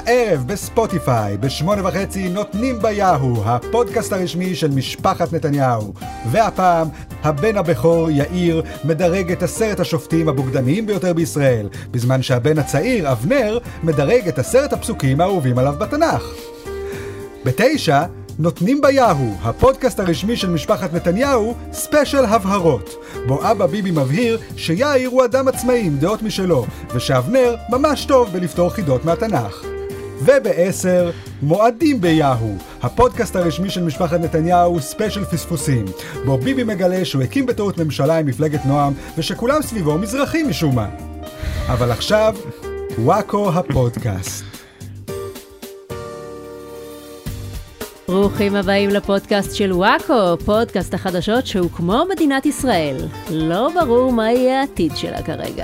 הערב בספוטיפיי, ב8:30 נותנים ביהו, הפודקאסט הרשמי של משפחת נתניהו. והפעם, הבן הבכור יאיר מדרג את 10 השופטים הבוגדניים ביותר בישראל, בזמן שהבן הצעיר, אבנר, מדרג את 10 הפסוקים האהובים עליו בתנ"ך. ב9, נותנים ביהו, הפודקאסט הרשמי של משפחת נתניהו, ספיישל הבהרות, בו אבא ביבי מבהיר שיאיר הוא אדם עצמאי עם דעות משלו, ושאבנר ממש טוב בלפתור חידות מהתנ"ך. וב10, מועדים ביהו, הפודקאסט הרשמי של משפחת נתניהו, ספיישל פספוסים, בו ביבי מגלה שהוא הקים בטעות ממשלה עם מפלגת נועם, ושכולם סביבו מזרחים משום מה. אבל עכשיו, וואקו הפודקאסט. ברוכים הבאים לפודקאסט של וואקו, פודקאסט החדשות שהוא כמו מדינת ישראל. לא ברור מה יהיה העתיד שלה כרגע.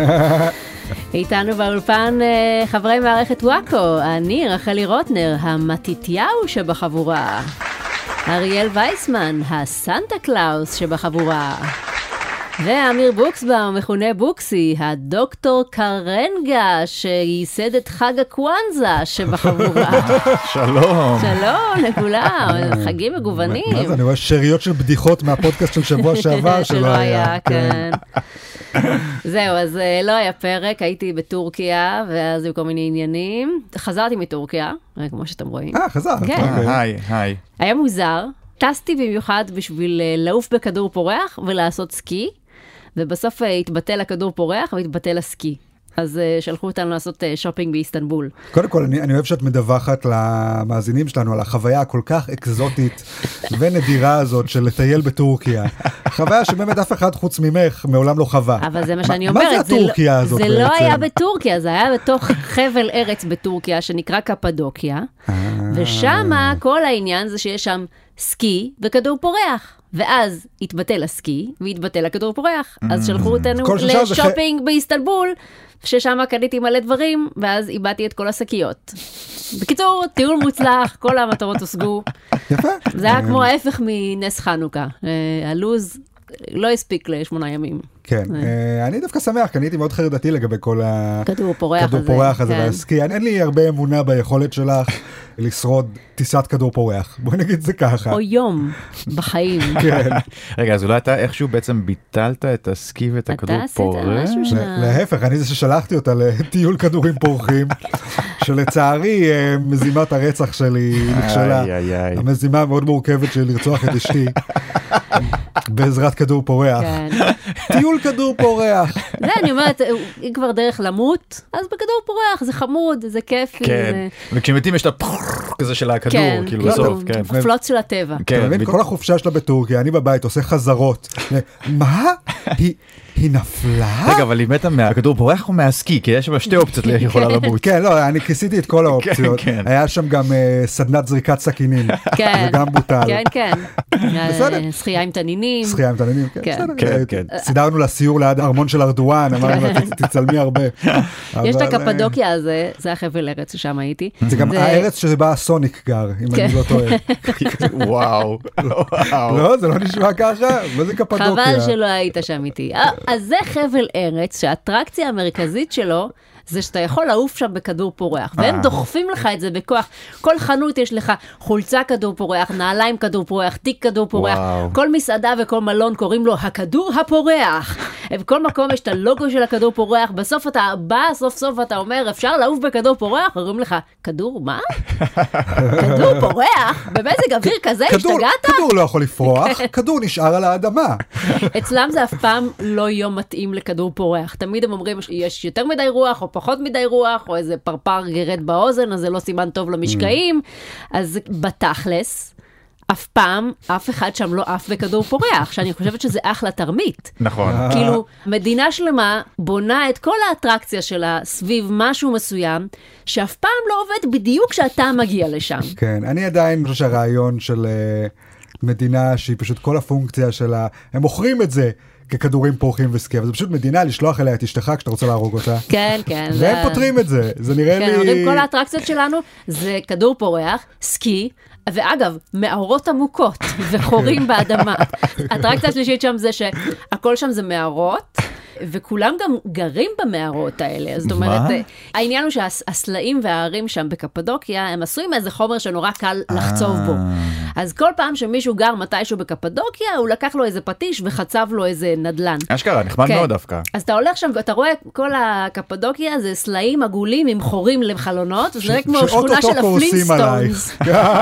איתנו באולפן חברי מערכת וואקו, אני רחלי רוטנר, המתיתיהו שבחבורה. אריאל וייסמן, הסנטה קלאוס שבחבורה. ואמיר בוקסבאום, מכונה בוקסי, הדוקטור קרנגה, שייסד את חג הקוואנזה שבחבורה. שלום. שלום לכולם, חגים מגוונים. מה זה, אני רואה שריות של בדיחות מהפודקאסט של שבוע שעבר שלא היה. כן. זהו, אז לא היה פרק, הייתי בטורקיה, ואז היו כל מיני עניינים. חזרתי מטורקיה, כמו שאתם רואים. חזרת. היי. היה מוזר. טסתי במיוחד בשביל לעוף בכדור פורח ולעשות סקי, ובסוף התבטל הכדור פורח והתבטל הסקי. אז שלחו אותנו לעשות שופינג באיסטנבול. קודם כל, אני אוהב שאת מדווחת למאזינים שלנו על החוויה הכל כך אקזוטית ונדירה הזאת של לטייל בטורקיה. חוויה שבאמת אף אחד חוץ ממך מעולם לא חווה. אבל זה מה שאני אומרת. מה זה הטורקיה הזאת בעצם? זה לא היה בטורקיה, זה היה בתוך חבל ארץ בטורקיה שנקרא קפדוקיה, ושם כל העניין זה שיש שם סקי וכדור פורח. ואז התבטל הסקי והתבטל הכדור פורח. אז שלחו אותנו לשופינג באיסטנבול, ששם קניתי מלא דברים, ואז איבדתי את כל השקיות. בקיצור, טיול מוצלח, כל המטרות הושגו. יפה. זה היה כמו ההפך מנס חנוכה. הלוז לא הספיק ל8 ימים. כן, אני דווקא שמח, כי אני הייתי מאוד חרדתי לגבי כל הכדור פורח הזה והסקי. אין לי הרבה אמונה ביכולת שלך לשרוד טיסת כדור פורח. בואי נגיד זה ככה. או יום בחיים. כן. רגע, אז אולי אתה איכשהו בעצם ביטלת את הסקי ואת הכדור פורח? אתה עשית משהו להפך, אני זה ששלחתי אותה לטיול כדורים פורחים, שלצערי מזימת הרצח שלי נכשלה. המזימה המאוד מורכבת של לרצוח את אשתי בעזרת כדור פורח. טיול כדור פורח. זה, אני אומרת, היא כבר דרך למות, אז בכדור פורח, זה חמוד, זה כיפי. כן, וכשמתים יש את כזה של הכדור, כאילו בסוף, כן. פלוץ של הטבע. כן, כל החופשה שלה בטורקיה, אני בבית עושה חזרות. מה? היא נפלה? רגע, אבל היא מתה מהכדור פורח או מהסקי? כי יש שם 2 אופציות איך יכולה למות. כן, לא, אני כיסיתי את כל האופציות. היה שם גם סדנת זריקת סכינים. כן. זה גם בוטל. כן. שחייה עם תנינים. כן. סידרנו לסיור ליד ארמון של ארדואן, אמרנו לה, תצלמי הרבה. יש את הקפדוקיה הזה, זה החבל ארץ ששם הייתי. זה גם הארץ שבה הסוניק גר, אם אני לא טועה. וואו. לא, זה לא נשמע ככה, מה זה קפדוקיה? חבל שלא היית שם איתי. אז זה חבל ארץ שהאטרקציה המרכזית שלו זה שאתה יכול לעוף שם בכדור פורח, והם דוחפים לך את זה בכוח. כל חנות יש לך חולצה כדור פורח, נעליים כדור פורח, תיק כדור פורח, כל מסעדה וכל מלון קוראים לו הכדור הפורח. בכל מקום יש את הלוגו של הכדור פורח, בסוף אתה בא, סוף אתה אומר, אפשר לעוף בכדור פורח? אומרים לך, כדור מה? כדור פורח? במזג אוויר כזה השתגעת? כדור לא יכול לפרוח, כדור נשאר על האדמה. אצלם זה אף פעם לא יום מתאים לכדור פורח. תמיד הם אומרים, יש יותר מדי רוח, או פחות מדי רוח, או איזה פרפר גרד באוזן, אז זה לא סימן טוב למשקעים. אז בתכלס, אף פעם, אף אחד שם לא אף בכדור פורח, שאני חושבת שזה אחלה תרמית. נכון. כאילו, מדינה שלמה בונה את כל האטרקציה שלה סביב משהו מסוים, שאף פעם לא עובד בדיוק כשאתה מגיע לשם. כן, אני עדיין חושב שהרעיון של מדינה שהיא פשוט כל הפונקציה שלה, הם מוכרים את זה ככדורים פורחים וסקי, אבל זה פשוט מדינה לשלוח אליה את אשתך כשאתה רוצה להרוג אותה. כן. והם פותרים את זה, זה נראה לי... כן, אומרים כל האטרקציות שלנו זה כדור פורח, סקי, ואגב, מערות עמוקות וחורים באדמה. האטרקציה השלישית שם זה שהכל שם זה מערות, וכולם גם גרים במערות האלה. זאת אומרת, העניין הוא שהסלעים והערים שם בקפדוקיה, הם עשויים איזה חומר שנורא קל לחצוב בו. אז כל פעם שמישהו גר מתישהו בקפדוקיה, הוא לקח לו איזה פטיש וחצב לו איזה נדלן. אשכרה, נחמד מאוד דווקא. אז אתה הולך שם ואתה רואה כל הקפדוקיה, זה סלעים עגולים עם חורים לחלונות, וזה נראה כמו שכונה של הפלינסטונס.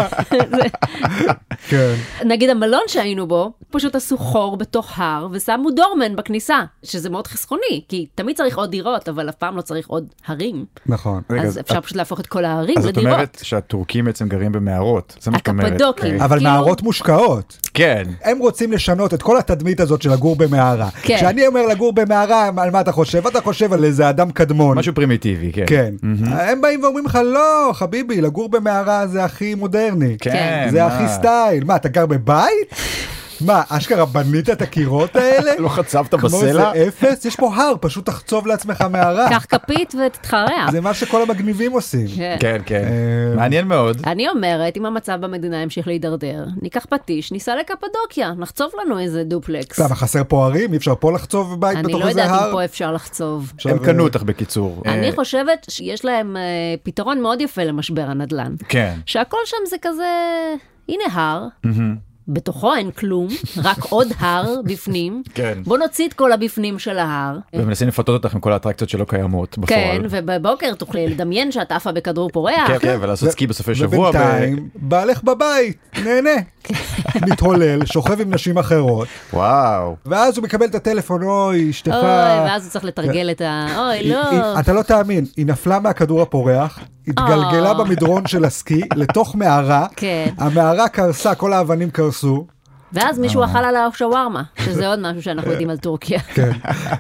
נגיד המלון שהיינו בו, פשוט עשו חור בתוך הר, ושמו דורמן בכניסה, שזה מאוד חסכוני, כי תמיד צריך עוד דירות, אבל אף פעם לא צריך עוד הרים. נכון. אז אפשר פשוט להפוך את כל ההרים לדירות. אז את אומרת שהטורקים בעצם גרים במערות. הקפדוקים. אבל מערות מושקעות. כן. הם רוצים לשנות את כל התדמית הזאת של לגור במערה. כשאני אומר לגור במערה, על מה אתה חושב? אתה חושב על איזה אדם קדמון. משהו פרימיטיבי, כן. כן. הם באים ואומרים לך, לא, חביבי, לגור במערה זה הכי מודרני. כן. זה הכי סטייל. מה, אתה גר בבית? מה, אשכרה בנית את הקירות האלה? לא חצבת בסלע? כמו זה אפס? יש פה הר, פשוט תחצוב לעצמך מערה. קח כפית ותתחרע. זה מה שכל המגניבים עושים. כן, כן. מעניין מאוד. אני אומרת, אם המצב במדינה ימשיך להידרדר, ניקח פטיש, ניסע לקפדוקיה, נחצוב לנו איזה דופלקס. למה, חסר פה הרים? אי אפשר פה לחצוב בבית בתוך איזה הר? אני לא יודעת אם פה אפשר לחצוב. הם קנו אותך בקיצור. אני חושבת שיש להם פתרון מאוד יפה למשבר הנדל"ן. כן. שהכל שם זה כזה, הנה הר. בתוכו אין כלום, רק עוד הר בפנים. כן. בוא נוציא את כל הבפנים של ההר. ומנסים לפתות אותך עם כל האטרקציות שלא קיימות בפועל. כן, ובבוקר תוכלי לדמיין שאת עפה בכדור פורח. כן, כן, ולעשות סקי בסופי שבוע. ובינתיים, בעלך בבית, נהנה. מתהולל, שוכב עם נשים אחרות. וואו. ואז הוא מקבל את הטלפון, אוי, אשתך. אוי, ואז הוא צריך לתרגל את אוי, לא. אתה לא תאמין, היא נפלה מהכדור הפורח, התגלגלה במדרון של הסקי, לתוך מערה. כן. המערה קרסה, כל האבנים קרסו. ואז מישהו אכל על השווארמה, שזה עוד משהו שאנחנו יודעים על טורקיה. כן.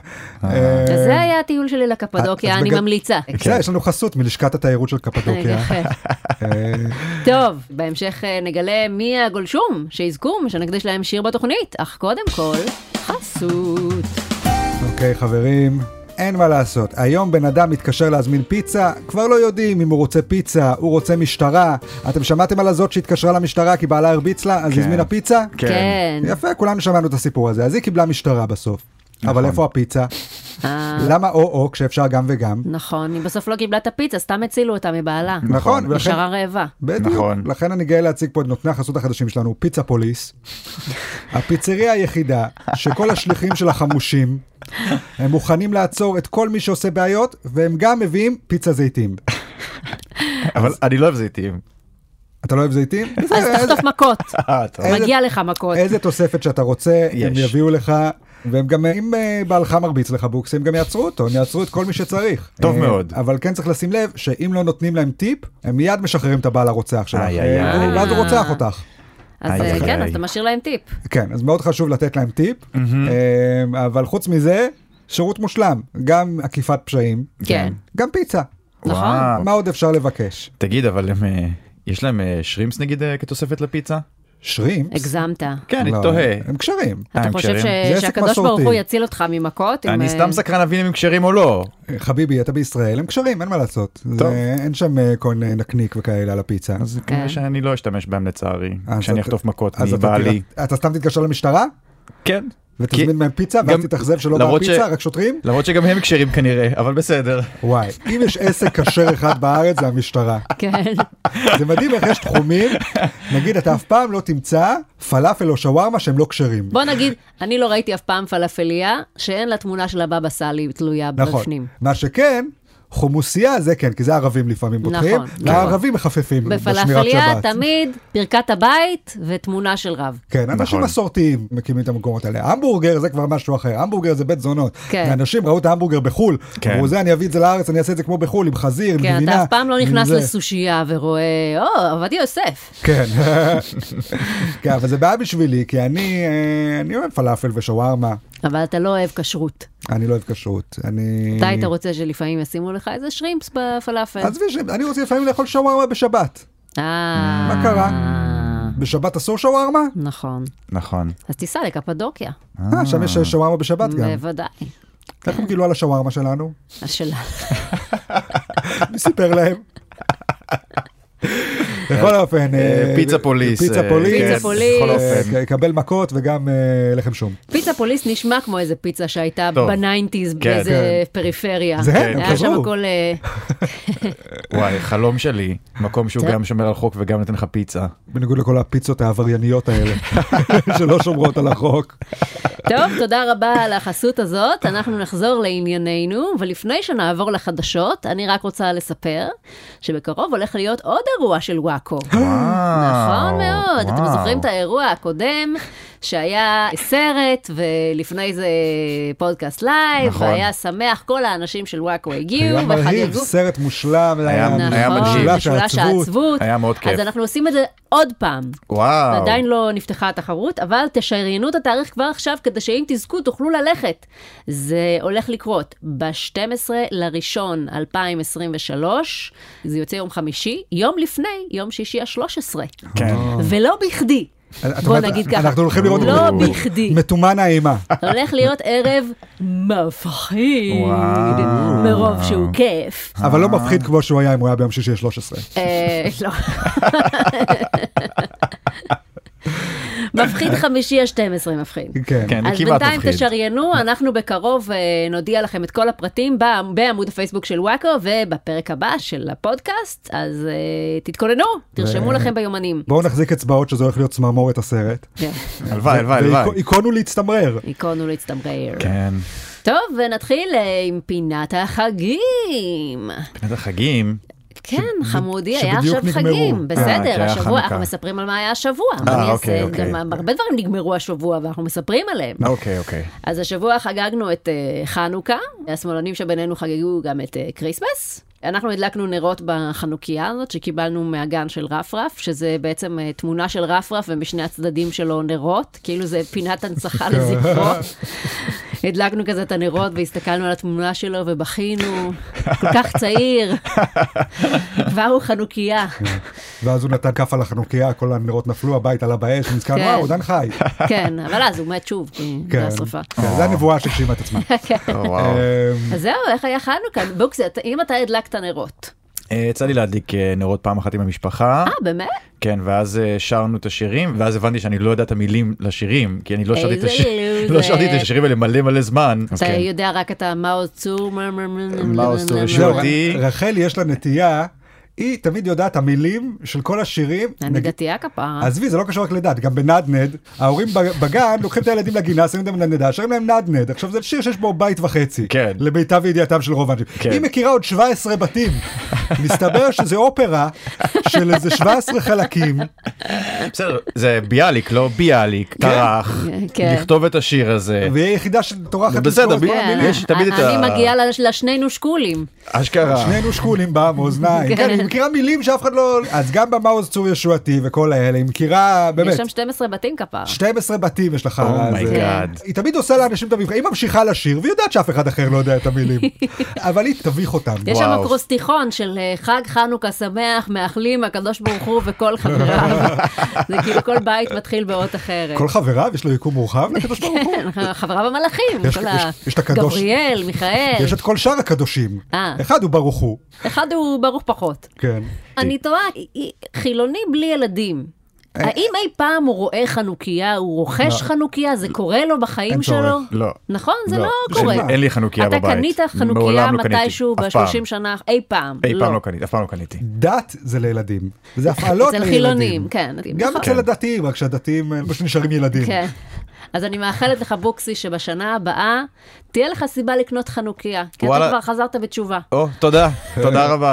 זה היה הטיול שלי לקפדוקיה, אני ממליצה. יש לנו חסות מלשכת התיירות של קפדוקיה. טוב, בהמשך נגלה מי הגולשום שיזכום, שנקדיש להם שיר בתוכנית, אך קודם כל, חסות. אוקיי, חברים. אין מה לעשות. היום בן אדם מתקשר להזמין פיצה, כבר לא יודעים אם הוא רוצה פיצה, הוא רוצה משטרה. אתם שמעתם על הזאת שהתקשרה למשטרה כי בעלה הרביץ לה, אז הזמינה פיצה? כן. יפה, כולנו שמענו את הסיפור הזה. אז היא קיבלה משטרה בסוף. אבל איפה הפיצה? למה או כשאפשר גם וגם? נכון, היא בסוף לא קיבלה את הפיצה, סתם הצילו אותה מבעלה. נכון. נשארה רעבה. בדיוק. לכן אני גאה להציג פה את נותני החסות החדשים שלנו, פיצה פוליס. הפיצריה היחידה שכל השליחים של החמושים, הם מוכנים לעצור את כל מי שעושה בעיות, והם גם מביאים פיצה זיתים. אבל אני לא אוהב זיתים. אתה לא אוהב זיתים? אז תחטוף מכות. מגיע לך מכות. איזה תוספת שאתה רוצה, הם יביאו לך. והם גם, אם בעלך מרביץ לך בוקס, הם גם יעצרו אותו, הם יעצרו את כל מי שצריך. טוב מאוד. אבל כן צריך לשים לב, שאם לא נותנים להם טיפ, הם מיד משחררים את הבעל הרוצח שלך. ואז הוא רוצח אותך. אז כן, אז אתה משאיר להם טיפ. כן, אז מאוד חשוב לתת להם טיפ, אבל חוץ מזה, שירות מושלם, גם עקיפת פשעים, גם פיצה. נכון. מה עוד אפשר לבקש? תגיד, אבל יש להם שרימפס נגיד כתוספת לפיצה? שרימפס? הגזמת. כן, אני תוהה. הם קשרים. אתה חושב שהקדוש ברוך הוא יציל אותך ממכות? אני סתם סקרן להבין אם הם קשרים או לא. חביבי, אתה בישראל, הם קשרים, אין מה לעשות. אין שם כל נקניק וכאלה על הפיצה. אז כנראה שאני לא אשתמש בהם לצערי, כשאני אחטוף מכות מבעלי. אתה סתם תתקשר למשטרה? כן. ותזמין מהם פיצה, ואז תתאכזב שלא בא פיצה, רק שוטרים? למרות שגם הם קשרים כנראה, אבל בסדר. וואי, אם יש עסק כשר אחד בארץ, זה המשטרה. כן. זה מדהים איך יש תחומים, נגיד, אתה אף פעם לא תמצא פלאפל או שווארמה שהם לא קשרים. בוא נגיד, אני לא ראיתי אף פעם פלאפליה, שאין לה תמונה של הבבא סאלי תלויה בפנים. מה שכן, חומוסייה זה כן, כי זה ערבים לפעמים פותחים, והערבים מחפפים בשמירת שבת. בפלאפליה תמיד ברכת הבית ותמונה של רב. כן, אנשים מסורתיים מקימים את המקומות האלה. המבורגר זה כבר משהו אחר, המבורגר זה בית זונות. אנשים ראו את ההמבורגר בחול, אמרו זה אני אביא את זה לארץ, אני אעשה את זה כמו בחול, עם חזיר, עם גבינה. כן, אתה אף פעם לא נכנס לסושייה ורואה, עבדיה יוסף. כן, כן, אבל זה בעיה בשבילי, כי אני אוהב פלאפל ושווארמה. אבל אתה לא אוהב כשרות. אני לא אוהב כשרות. אתה היית רוצה שלפעמים ישימו לך איזה שרימפס בפלאפל? אז אני רוצה לפעמים לאכול שווארמה בשבת. מה קרה? בשבת אסור שווארמה? נכון. נכון. אז תיסע לקפדוקיה. שם יש שווארמה בשבת גם. בוודאי. איך הם גילו על השווארמה שלנו? השאלה. מי סיפר להם? בכל אופן, פיצה פוליס. פיצה פוליס. פיצה פוליס. בכל אופן. קבל מכות וגם לחם שום. פיצה פוליס נשמע כמו איזה פיצה שהייתה טוב. בניינטיז כן. באיזה פריפריה. זה כן. הם היה שם חזרו. הכל... וואי, חלום שלי, מקום שהוא טוב. גם שומר על חוק וגם נותן לך פיצה. בניגוד לכל הפיצות העברייניות האלה, שלא שומרות על החוק. טוב, תודה רבה על החסות הזאת. אנחנו נחזור לענייננו, ולפני שנעבור לחדשות, אני רק רוצה לספר שבקרוב הולך להיות עוד אירוע של וואקו. נכון מאוד. אתם זוכרים את האירוע הקודם, שהיה סרט, ולפני זה פודקאסט לייב, נכון. והיה שמח, כל האנשים של וואקו הגיעו היה מרהיב, וחגגו. סרט מושלם, היה נכון, מדהים. משולש העצבות. היה מאוד כיף. אז אנחנו עושים את זה עוד פעם. וואו. עדיין לא נפתחה התחרות, אבל תשריינו את התאריך כבר עכשיו, כדי שאם תזכו תוכלו ללכת. זה הולך לקרות ב-12 לראשון 2023, זה יוצא יום חמישי, יום לפני, יום שישי ה-13. כן. ולא בכדי. בוא נגיד ככה. אנחנו הולכים לראות לא בכדי. מתומן האימה. הולך להיות ערב מפחיד, וואו. מרוב שהוא כיף. אבל לא מפחיד כמו שהוא היה אם הוא היה ביום שישי 13. לא. מפחיד חמישי ה-12 מפחיד. כן. כן, אז כמעט בינתיים מפחיד. תשריינו, אנחנו בקרוב נודיע לכם את כל הפרטים בעמוד הפייסבוק של וואקו ובפרק הבא של הפודקאסט, אז תתכוננו, תרשמו לכם ביומנים. בואו נחזיק אצבעות שזה הולך להיות צמרמורת הסרט. כן, הלוואי, הלוואי, הלוואי. ואיקונו להצטמרר. עיקרנו להצטמרר. כן. טוב, ונתחיל עם פינת החגים. פינת החגים. כן, חמודי, היה שבדיוק עכשיו נגמרו. חגים, כי בסדר, היה השבוע, חנוכה. אנחנו מספרים על מה היה השבוע. מה אני אוקיי, אעשה? אוקיי. גם הרבה דברים נגמרו השבוע, ואנחנו מספרים עליהם. אוקיי, אוקיי. אז השבוע חגגנו את חנוכה, השמאלנים שבינינו חגגו גם את כריסמס. אנחנו הדלקנו נרות בחנוכיה הזאת שקיבלנו מהגן של רפרף, שזה בעצם תמונה של רפרף ומשני הצדדים שלו נרות, כאילו זה פינת הנצחה לזכרו. הדלקנו כזה את הנרות והסתכלנו על התמונה שלו ובכינו, כל כך צעיר, כבר הוא חנוכיה. ואז הוא נתן כף על החנוכיה, כל הנרות נפלו, הבית עלה באש, ונזכר, כן. וואו, עדיין חי. כן, אבל אז הוא מת שוב, כי זה השרפה. כן, זה הנבואה שהגשימה את עצמה. וואו. אז זהו, איך היה חנוכה? בוקסי, אם אתה הדלקת נרות. יצא לי להדליק נרות פעם אחת עם המשפחה. באמת? כן, ואז שרנו את השירים, ואז הבנתי שאני לא יודע את המילים לשירים, כי אני לא שרתי את איזה השירים, לא לוזר. שרתי את השירים האלה מלא זמן. אז אתה כן. יודע רק את המאוז צור, מאוז צור, זהו, אותי. רחל יש לה נטייה, היא תמיד יודעת המילים של כל השירים. אני דתייה כפרה. עזבי, זה לא קשור רק לדת, גם בנדנד, ההורים בגן לוקחים את הילדים לגינה, שמים אותם לנדנדה, שרים להם נדנד. עכשיו זה שיר שיש בו בית וחצי, כן. לביתה וידיעתם של רוב האנשים. כן. היא מכירה עוד 17 בתים, מסתבר שזה אופרה של איזה 17 חלקים. בסדר, זה ביאליק, לא ביאליק, טרח, כן. לכתוב את השיר הזה. והיא היחידה שטורחת בסדר, לזכור את כל כן. המילים. יש תמיד את אני מגיעה לשנינו שקולים. אשכרה. שנינו שקולים באוזניים, כן, היא מכירה מילים שאף אחד לא... אז גם במאוז צור ישועתי וכל האלה, היא מכירה, באמת, יש שם 12 בתים כפרה. 12 בתים יש לך. Oh אז, my God. היא תמיד עושה לאנשים את המבחן, היא ממשיכה לשיר, והיא יודעת שאף אחד אחר לא יודע את המילים. אבל היא תביך אותם. יש שם וואו. אקרוסטיכון של חג חנוכה שמח, מאחלים הקדוש ברוך הוא וכל חבריו. זה כאילו כל בית מתחיל באות אחרת. כל חבריו, יש לו יקום מורחב לקדוש ברוך הוא. כן, חבריו המלאכים. יש- כל יש את הקדוש. גבריאל, מיכאל. יש את כל שאר הקדושים. אחד הוא ברוך הוא. אחד הוא ברוך פחות. כן. אני תוהה, חילוני בלי ילדים. האם אי פעם הוא רואה חנוכיה, הוא רוכש חנוכיה, זה קורה לו בחיים אין שלו? צורך. לא. נכון? זה לא. לא קורה. אין לי חנוכיה בבית. אתה קנית חנוכיה מעולם לא קניתי. מתישהו אף פעם. ב-30 שנה, אי פעם. אי פעם לא קניתי, אף פעם לא קניתי. דת זה לילדים. וזה הפעלות אצל לילדים. חילונים, כן. גם נכון. אצל הדתיים, רק שהדתיים פשוט נשארים ילדים. כן. אז אני מאחלת לך בוקסי שבשנה הבאה תהיה לך סיבה לקנות חנוכיה, כי אתה וואלה. כבר חזרת בתשובה. או, תודה, תודה רבה.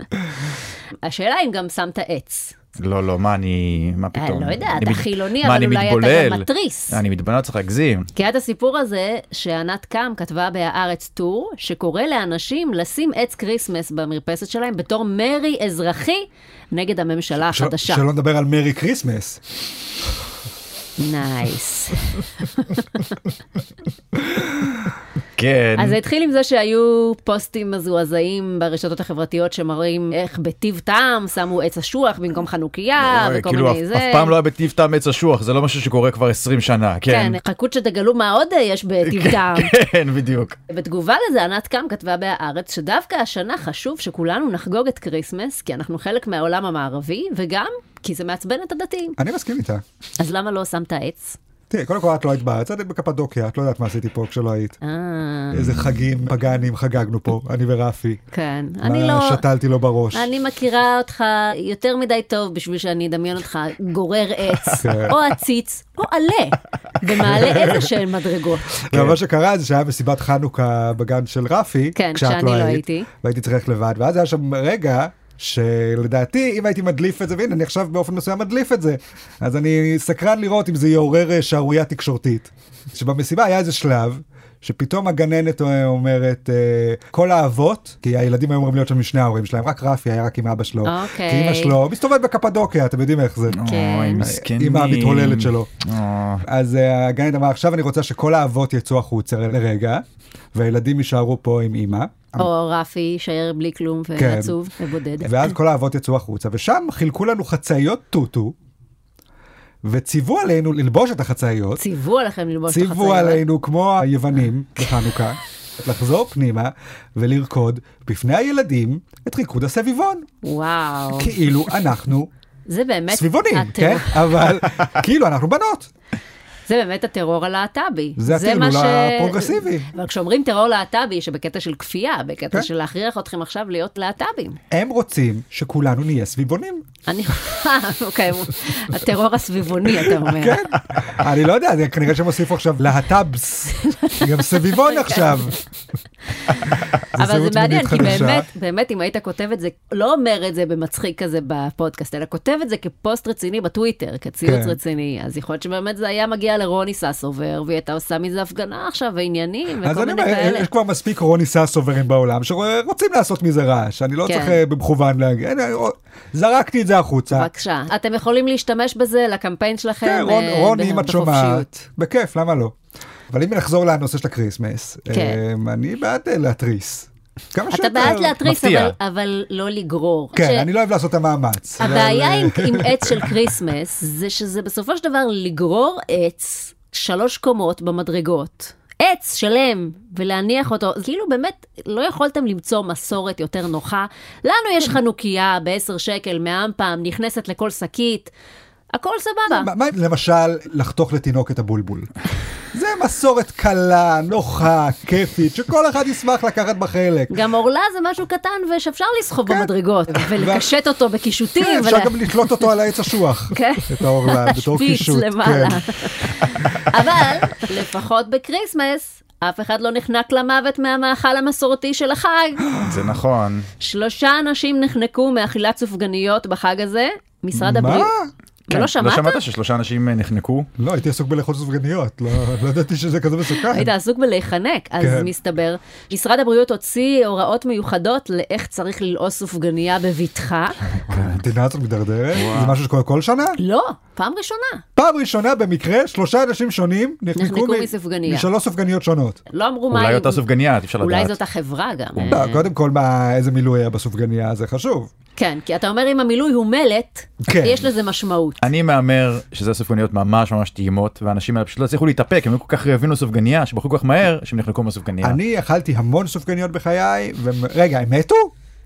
השאלה אם גם שמת עץ. לא, מה פתאום? לא יודע, אני אתה מת- חילוני, מה, אבל אני אולי אתה מתבולל? גם מתריס. אני מתבונן, צריך להגזים. כי היה את הסיפור הזה שענת קם כתבה בהארץ טור, שקורא לאנשים לשים עץ כריסמס במרפסת שלהם בתור מרי אזרחי נגד הממשלה החדשה. שלא נדבר על מרי קריסמס. נייס. כן. אז זה התחיל עם זה שהיו פוסטים מזועזעים ברשתות החברתיות שמראים איך בטיב טעם שמו עץ אשוח במקום חנוכיה וכל מיני זה. אף פעם לא היה בטיב טעם עץ אשוח, זה לא משהו שקורה כבר 20 שנה, כן. כן, חכו שתגלו מה עוד יש בטיב טעם. כן, בדיוק. בתגובה לזה, ענת קם כתבה בהארץ שדווקא השנה חשוב שכולנו נחגוג את קריסמס, כי אנחנו חלק מהעולם המערבי, וגם כי זה מעצבן את הדתיים. אני מסכים איתה. אז למה לא שמת עץ? תראי, קודם כל את לא היית בארץ, את בקפדוקיה, את לא יודעת מה עשיתי פה כשלא היית. איזה חגים פגאנים חגגנו פה, אני ורפי. כן, אני לא... שתלתי לו בראש. אני מכירה אותך יותר מדי טוב בשביל שאני אדמיין אותך גורר עץ, או עציץ, או עלה, במעלה איזה שהן מדרגות. ומה שקרה זה שהיה מסיבת חנוכה בגן של רפי, כן, כשאני לא הייתי. והייתי צריך לבד, ואז היה שם רגע... שלדעתי, אם הייתי מדליף את זה, והנה, אני עכשיו באופן מסוים מדליף את זה, אז אני סקרן לראות אם זה יעורר שערורייה תקשורתית. שבמסיבה היה איזה שלב, שפתאום הגננת אומרת, כל האבות, כי הילדים היו אמורים להיות שם משני ההורים שלהם, רק רפי היה רק עם אבא שלו, כי אמא שלו מסתובבת בקפדוקיה, אתם יודעים איך זה. כן. אמא המתהוללת שלו. אז הגננת אמרה, עכשיו אני רוצה שכל האבות יצאו החוצה לרגע, והילדים יישארו פה עם אמא. או רפי יישאר בלי כלום ועצוב ובודד. ואז כל האבות יצאו החוצה, ושם חילקו לנו חצאיות טוטו, וציוו עלינו ללבוש את החצאיות. ציוו עליכם ללבוש את החצאיות. ציוו עלינו, כמו היוונים בחנוכה, לחזור פנימה ולרקוד בפני הילדים את ריקוד הסביבון. וואו. כאילו אנחנו זה באמת סביבונים, כן? אבל כאילו אנחנו בנות. זה באמת הטרור הלהט"בי. זה הטרלול הפרוגרסיבי. אבל כשאומרים טרור להט"בי, שבקטע של כפייה, בקטע של להכריח אתכם עכשיו להיות להט"בים. הם רוצים שכולנו נהיה סביבונים. אוקיי, הטרור הסביבוני, אתה אומר. כן, אני לא יודע, כנראה שהם הוסיפו עכשיו להט"בס, גם סביבון עכשיו. אבל זה מעניין, כי באמת, אם היית כותב את זה, לא אומר את זה במצחיק כזה בפודקאסט, אלא כותב את זה כפוסט רציני בטוויטר, כציוץ רציני, אז יכול להיות שבאמת זה היה מגיע לרוני ססובר, והיא הייתה עושה מזה הפגנה עכשיו, ועניינים, וכל מיני כאלה. יש כבר מספיק רוני ססוברים בעולם, שרוצים לעשות מזה רעש, אני לא צריך במכוון להגיד, זרקתי את זה החוצה. בבקשה, אתם יכולים להשתמש בזה לקמפיין שלכם רוני, אם את שומעת, בכיף, למה לא? אבל אם נחזור לנושא של הקריסמס, אני בעד להתריס. אתה בעד להתריס, אבל לא לגרור. כן, אני לא אוהב לעשות את המאמץ. הבעיה עם עץ של קריסמס, זה שזה בסופו של דבר לגרור עץ 3 קומות במדרגות. עץ שלם, ולהניח אותו, כאילו באמת לא יכולתם למצוא מסורת יותר נוחה. לנו יש חנוכיה ב10 שקל, 100 פעם, נכנסת לכל שקית, הכל סבבה. מה למשל לחתוך לתינוק את הבולבול? זה מסורת קלה, נוחה, כיפית, שכל אחד ישמח לקחת בחלק. גם אורלה זה משהו קטן ושאפשר לסחוב במדרגות, ולקשט אותו בקישוטים. כן, אפשר גם לתלות אותו על העץ אשוח. את האורלה, בתור קישוט. שפיץ למעלה. אבל לפחות בקריסמס, אף אחד לא נחנק למוות מהמאכל המסורתי של החג. זה נכון. 3 אנשים נחנקו מאכילת סופגניות בחג הזה. משרד הבריאות. מה? לא שמעת? לא שמעת ש3 אנשים נחנקו? לא, הייתי עסוק בלאכול סופגניות, לא ידעתי שזה כזה מסוכן. היית עסוק בלהיחנק, אז מסתבר. משרד הבריאות הוציא הוראות מיוחדות לאיך צריך ללעוס סופגניה בבטחה. המדינה הזאת מדרדרת? זה משהו שקורה כל שנה? לא, פעם ראשונה. פעם ראשונה במקרה 3 אנשים שונים נחנקו מסופגניה. מ3 סופגניות שונות. לא אמרו מה... אולי אותה סופגניה, אפשר לדעת. אולי זאת החברה גם. קודם כל, איזה מילוי היה בסופגניה, זה חשוב. כן, כי אתה אומר אם המילוי הוא מלט, יש לזה משמעות. אני מאמר שזה סופגניות ממש ממש טעימות, ואנשים פשוט לא הצליחו להתאפק, הם לא כל כך רעבים לסופגניה, שבחרו כל כך מהר, שהם נחנקו מהסופגניה. אני אכלתי המון סופגניות בחיי, רגע, הם מתו?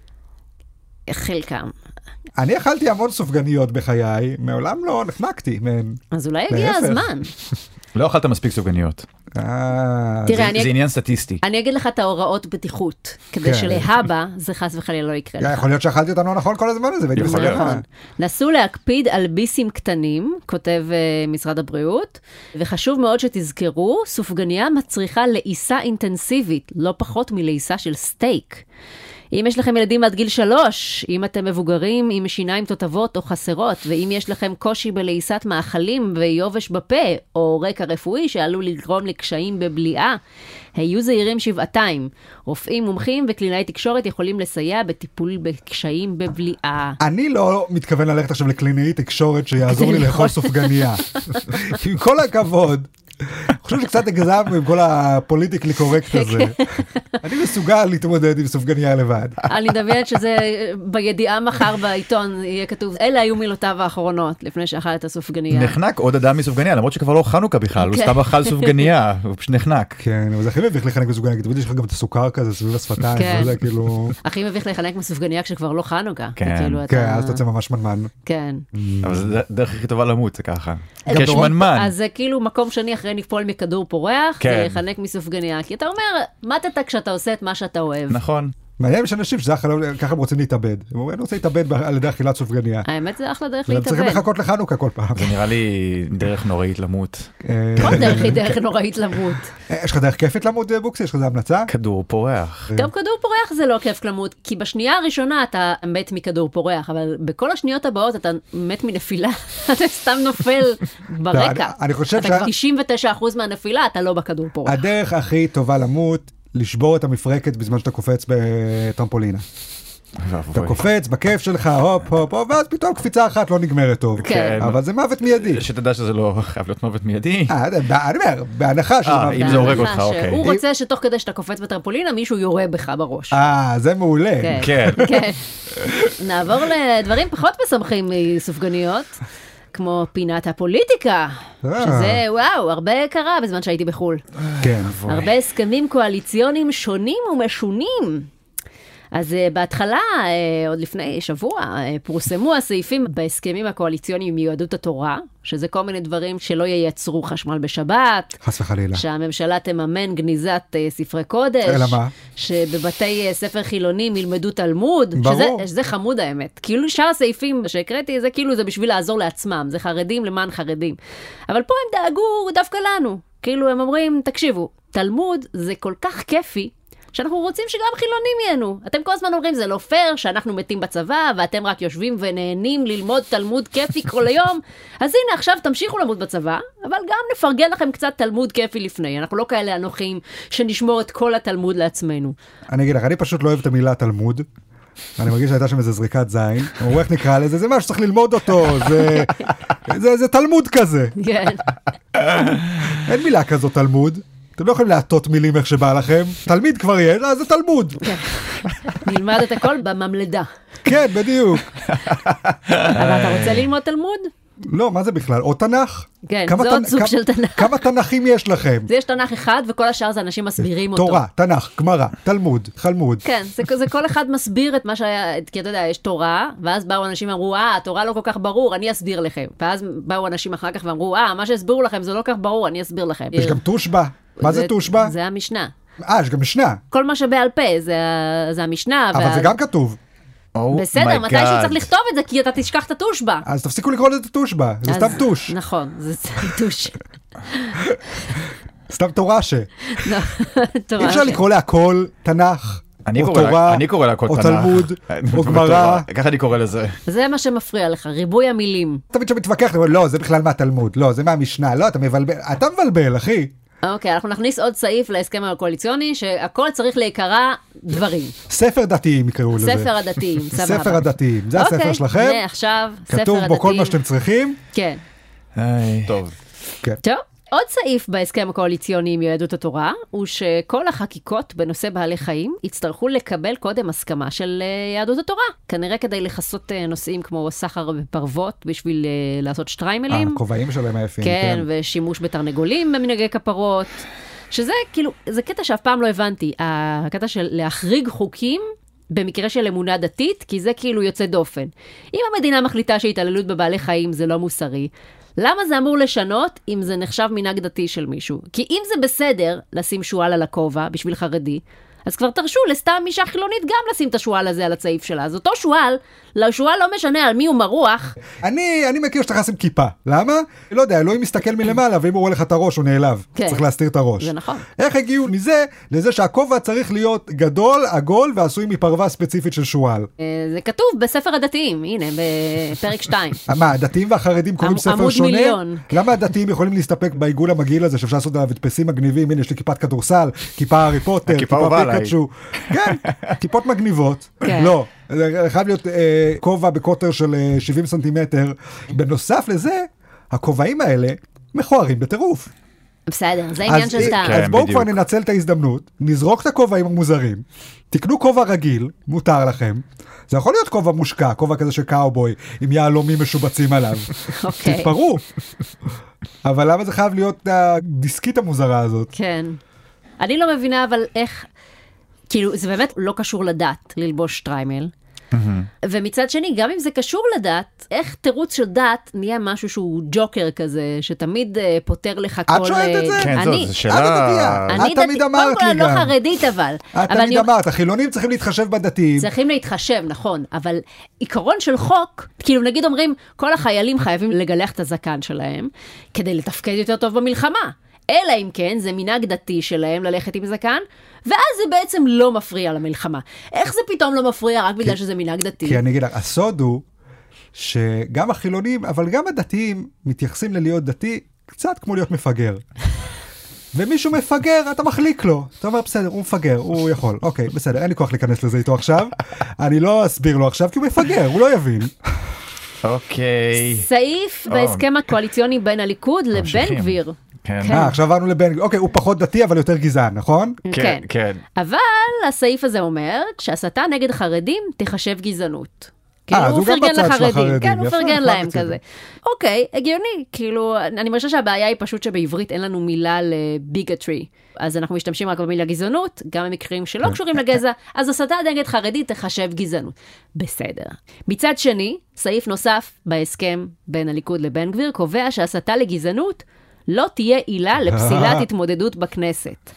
חלקם. אני אכלתי המון סופגניות בחיי, מעולם לא נחנקתי מהן. אז אולי הגיע הזמן. לא אכלת מספיק סופגניות. תראה, זה עניין סטטיסטי. אני אגיד לך את ההוראות בטיחות, כדי שלהבא זה חס וחלילה לא יקרה לך. יכול להיות שאכלתי אותנו נכון כל הזמן הזה. נכון. נסו להקפיד על ביסים קטנים, כותב משרד הבריאות, וחשוב מאוד שתזכרו, סופגניה מצריכה לעיסה אינטנסיבית, לא פחות מלעיסה של סטייק. אם יש לכם ילדים עד גיל 3, אם אתם מבוגרים עם שיניים תותבות או חסרות, ואם יש לכם קושי בלעיסת מאכלים ויובש בפה, או רקע רפואי שעלול לגרום לקשיים בבליעה, היו זהירים שבעתיים. רופאים מומחים וקלינאי תקשורת יכולים לסייע בטיפול בקשיים בבליעה. אני לא מתכוון ללכת עכשיו לקלינאי תקשורת שיעזור לי לאכול סופגניה. עם כל הכבוד. חושב שקצת הגזם עם כל הפוליטיקלי קורקט הזה. אני מסוגל להתמודד עם סופגניה לבד. אני מדמיינת שזה בידיעה מחר בעיתון יהיה כתוב, אלה היו מילותיו האחרונות לפני שאכל את הסופגניה. נחנק עוד אדם מסופגניה, למרות שכבר לא חנוכה בכלל, הוא סתם אכל סופגניה, הוא פשוט נחנק. כן, אבל זה הכי מביך לחנק בסופגניה, כי תמיד יש לך גם את הסוכר כזה סביב השפתיים, וזה כאילו... הכי מביך לחנק מסופגניה כשכבר לא חנוכה. כן, אז אתה יוצא ממש מנמן. כן. אבל זה דרך הכי טובה למות, זה ככה. יש מנמן. אז זה כאילו מקום שני אחרי נפול מכדור פורח, זה לחנק מסופגניה, כי אתה אומר, מתת כשאתה עושה את מה שאתה אוהב. נכון. מעניין יש אנשים ככה הם רוצים להתאבד. הם אומרים, אני רוצה להתאבד על ידי אכילת סופגניה. האמת זה אחלה דרך להתאבד. צריכים לחכות לחנוכה כל פעם. זה נראה לי דרך נוראית למות. כל דרך היא דרך נוראית למות. יש לך דרך כיפית למות בוקסי? יש לך המלצה? כדור פורח. גם כדור פורח זה לא כיף למות, כי בשנייה הראשונה אתה מת מכדור פורח, אבל בכל השניות הבאות אתה מת מנפילה. אתה סתם נופל ברקע. אני חושב אתה כבר 99% מהנפילה אתה לא בכדור פורח. הדרך הכי טובה למות לשבור את המפרקת בזמן שאתה קופץ בטרמפולינה. אתה קופץ בכיף שלך, הופ, הופ, הופ, ואז פתאום קפיצה אחת לא נגמרת טוב. כן. אבל זה מוות מיידי. שתדע שזה לא חייב להיות מוות מיידי. אני אומר, בהנחה שזה מוות. אם זה הורג אותך, אוקיי. הוא רוצה שתוך כדי שאתה קופץ בטרמפולינה, מישהו יורה בך בראש. זה מעולה. כן. נעבור לדברים פחות משמחים מסופגניות. כמו פינת הפוליטיקה, שזה וואו, הרבה קרה בזמן שהייתי בחול. כן. הרבה הסכמים קואליציוניים שונים ומשונים. אז בהתחלה, עוד לפני שבוע, פורסמו הסעיפים בהסכמים הקואליציוניים עם יהדות התורה, שזה כל מיני דברים שלא ייצרו חשמל בשבת. חס וחלילה. שהממשלה תממן גניזת ספרי קודש. אלא מה? שבבתי ספר חילונים ילמדו תלמוד. ברור. שזה חמוד האמת. כאילו שאר הסעיפים שהקראתי, זה כאילו זה בשביל לעזור לעצמם. זה חרדים למען חרדים. אבל פה הם דאגו דווקא לנו. כאילו הם אומרים, תקשיבו, תלמוד זה כל כך כיפי, שאנחנו רוצים שגם חילונים ייהנו. אתם כל הזמן אומרים, זה לא פייר שאנחנו מתים בצבא, ואתם רק יושבים ונהנים ללמוד תלמוד כיפי כל היום. אז הנה, עכשיו תמשיכו למוד בצבא, אבל גם נפרגן לכם קצת תלמוד כיפי לפני. אנחנו לא כאלה אנוכים שנשמור את כל התלמוד לעצמנו. אני אגיד לך, אני פשוט לא אוהב את המילה תלמוד. אני מרגיש שהייתה שם איזה זריקת זין. אמרו, איך נקרא לזה? זה מה שצריך ללמוד אותו. זה תלמוד כזה. כן. אין מילה כזאת תלמוד. אתם לא יכולים להטות מילים איך שבא לכם. תלמיד כבר יש, זה תלמוד. נלמד את הכל בממלדה. כן, בדיוק. אבל אתה רוצה ללמוד תלמוד? לא, מה זה בכלל? או תנ"ך? כן, זה עוד סוג של תנ"ך. כמה תנ"כים יש לכם? יש תנ"ך אחד, וכל השאר זה אנשים מסבירים אותו. תורה, תנ"ך, גמרא, תלמוד, חלמוד. כן, זה כל אחד מסביר את מה שהיה, כי אתה יודע, יש תורה, ואז באו אנשים ואמרו, התורה לא כל כך ברור, אני אסביר לכם. ואז באו אנשים אחר כך ואמרו, מה שהסבירו לכם זה לא כל כך ברור, אני אסביר לכם. יש גם תושבע. מה זה תושבע? זה המשנה. יש גם משנה. כל מה שבעל פה, זה המשנה. אבל זה גם כתוב. בסדר, מתי שצריך לכתוב את זה, כי אתה תשכח את התושבע. אז תפסיקו לקרוא לזה תושבע, זה סתם תוש. נכון, זה סתם תוש. סתם תורשה. אי אפשר לקרוא להכל תנ"ך, או תורה, או תלמוד, או גמרא. ככה אני קורא לזה. זה מה שמפריע לך, ריבוי המילים. תמיד שמתווכח, לא, זה בכלל מהתלמוד, לא, זה מהמשנה, לא, אתה מבלבל, אחי. אוקיי, אנחנו נכניס עוד סעיף להסכם הקואליציוני, שהכל צריך להיקרא דברים. ספר דתיים יקראו לזה. ספר הדתיים, סבבה. ספר הדתיים, זה הספר שלכם. הנה עכשיו, ספר הדתיים. כתוב בו כל מה שאתם צריכים. כן. טוב. טוב. עוד סעיף בהסכם הקואליציוני עם יהדות התורה, הוא שכל החקיקות בנושא בעלי חיים יצטרכו לקבל קודם הסכמה של יהדות התורה. כנראה כדי לחסות נושאים כמו סחר בפרוות בשביל לעשות שטריימלים. הכובעים שלהם היפים. כן, ושימוש בתרנגולים במנהגי כפרות. שזה כאילו, זה קטע שאף פעם לא הבנתי. הקטע של להחריג חוקים במקרה של אמונה דתית, כי זה כאילו יוצא דופן. אם המדינה מחליטה שהתעללות בבעלי חיים זה לא מוסרי, למה זה אמור לשנות אם זה נחשב מנהג דתי של מישהו? כי אם זה בסדר לשים שואל על הכובע בשביל חרדי, אז כבר תרשו לסתם אישה חילונית גם לשים את השואל הזה על הצעיף שלה. אז אותו שואל, לשואל לא משנה על מי הוא מרוח. אני מכיר שאתה חסם כיפה. למה? לא יודע, אלוהים מסתכל מלמעלה, ואם הוא רואה לך את הראש, הוא נעלב. כן. צריך להסתיר את הראש. זה נכון. איך הגיעו מזה לזה שהכובע צריך להיות גדול, עגול, ועשוי מפרווה ספציפית של שואל? זה כתוב בספר הדתיים, הנה, בפרק 2. מה, הדתיים והחרדים קוראים ספר שונה? מיליון. למה הדתיים יכולים להסתפק בעיגול המגעיל הזה, שאפשר לעשות עליו הדפסים מגניבים? הנה, יש לי כיפת כדורסל, כיפה הארי פוטר, כיפה פיקאצ'ו. כן, טיפות מגניבות. לא, זה חייב להיות כובע בקוטר של 70 סנטימטר. בנוסף לזה, הכובעים האלה מכוערים בטירוף. בסדר, זה עניין של טעם. אז בואו כבר ננצל את ההזדמנות, נזרוק את הכובעים המוזרים, תקנו כובע רגיל, מותר לכם, זה יכול להיות כובע מושקע, כובע כזה של קאובוי, עם יהלומים משובצים עליו. תתפרו. אבל למה זה חייב להיות הדיסקית המוזרה הזאת? כן. אני לא מבינה, אבל איך, כאילו, זה באמת לא קשור לדת, ללבוש שטריימל. ומצד שני, גם אם זה קשור לדת, איך תירוץ של דת נהיה משהו שהוא ג'וקר כזה, שתמיד פותר לך כל... את שואלת את זה? כן, זו שאלה... את תמיד אמרת לי גם. אני לא חרדית, אבל... את תמיד אמרת, החילונים צריכים להתחשב בדתיים. צריכים להתחשב, נכון, אבל עיקרון של חוק, כאילו נגיד אומרים, כל החיילים חייבים לגלח את הזקן שלהם, כדי לתפקד יותר טוב במלחמה. אלא אם כן, זה מנהג דתי שלהם ללכת עם זקן, ואז זה בעצם לא מפריע למלחמה. איך זה פתאום לא מפריע רק בגלל שזה מנהג דתי? כי אני אגיד לך, הסוד הוא שגם החילונים, אבל גם הדתיים מתייחסים ללהיות דתי קצת כמו להיות מפגר. ומישהו מפגר, אתה מחליק לו. אתה אומר, בסדר, הוא מפגר, הוא יכול. אוקיי, בסדר, אין לי כוח להיכנס לזה איתו עכשיו. אני לא אסביר לו עכשיו, כי הוא מפגר, הוא לא יבין. אוקיי. סעיף בהסכם הקואליציוני בין הליכוד לבן גביר. עכשיו עברנו לבן גביר. אוקיי, הוא פחות דתי, אבל יותר גזען, נכון? כן, כן. אבל הסעיף הזה אומר, כשהסתה נגד חרדים תחשב גזענות. כאילו אז הוא הוא גם פרגן בצד של לחרדים, החרדים. כן, הוא יפה, פרגן כבר להם בצדק. כזה. אוקיי, הגיוני, כאילו, אני חושבת שהבעיה היא פשוט שבעברית אין לנו מילה לביגטרי, אז אנחנו משתמשים רק במילה גזענות, גם במקרים שלא קשורים לגזע, אז הסתה נגד חרדי תחשב גזענות. בסדר. מצד שני, סעיף נוסף בהסכם בין הליכוד לבן גביר, קובע שהסתה לגזענות לא תהיה עילה לפסילת התמודדות בכנסת.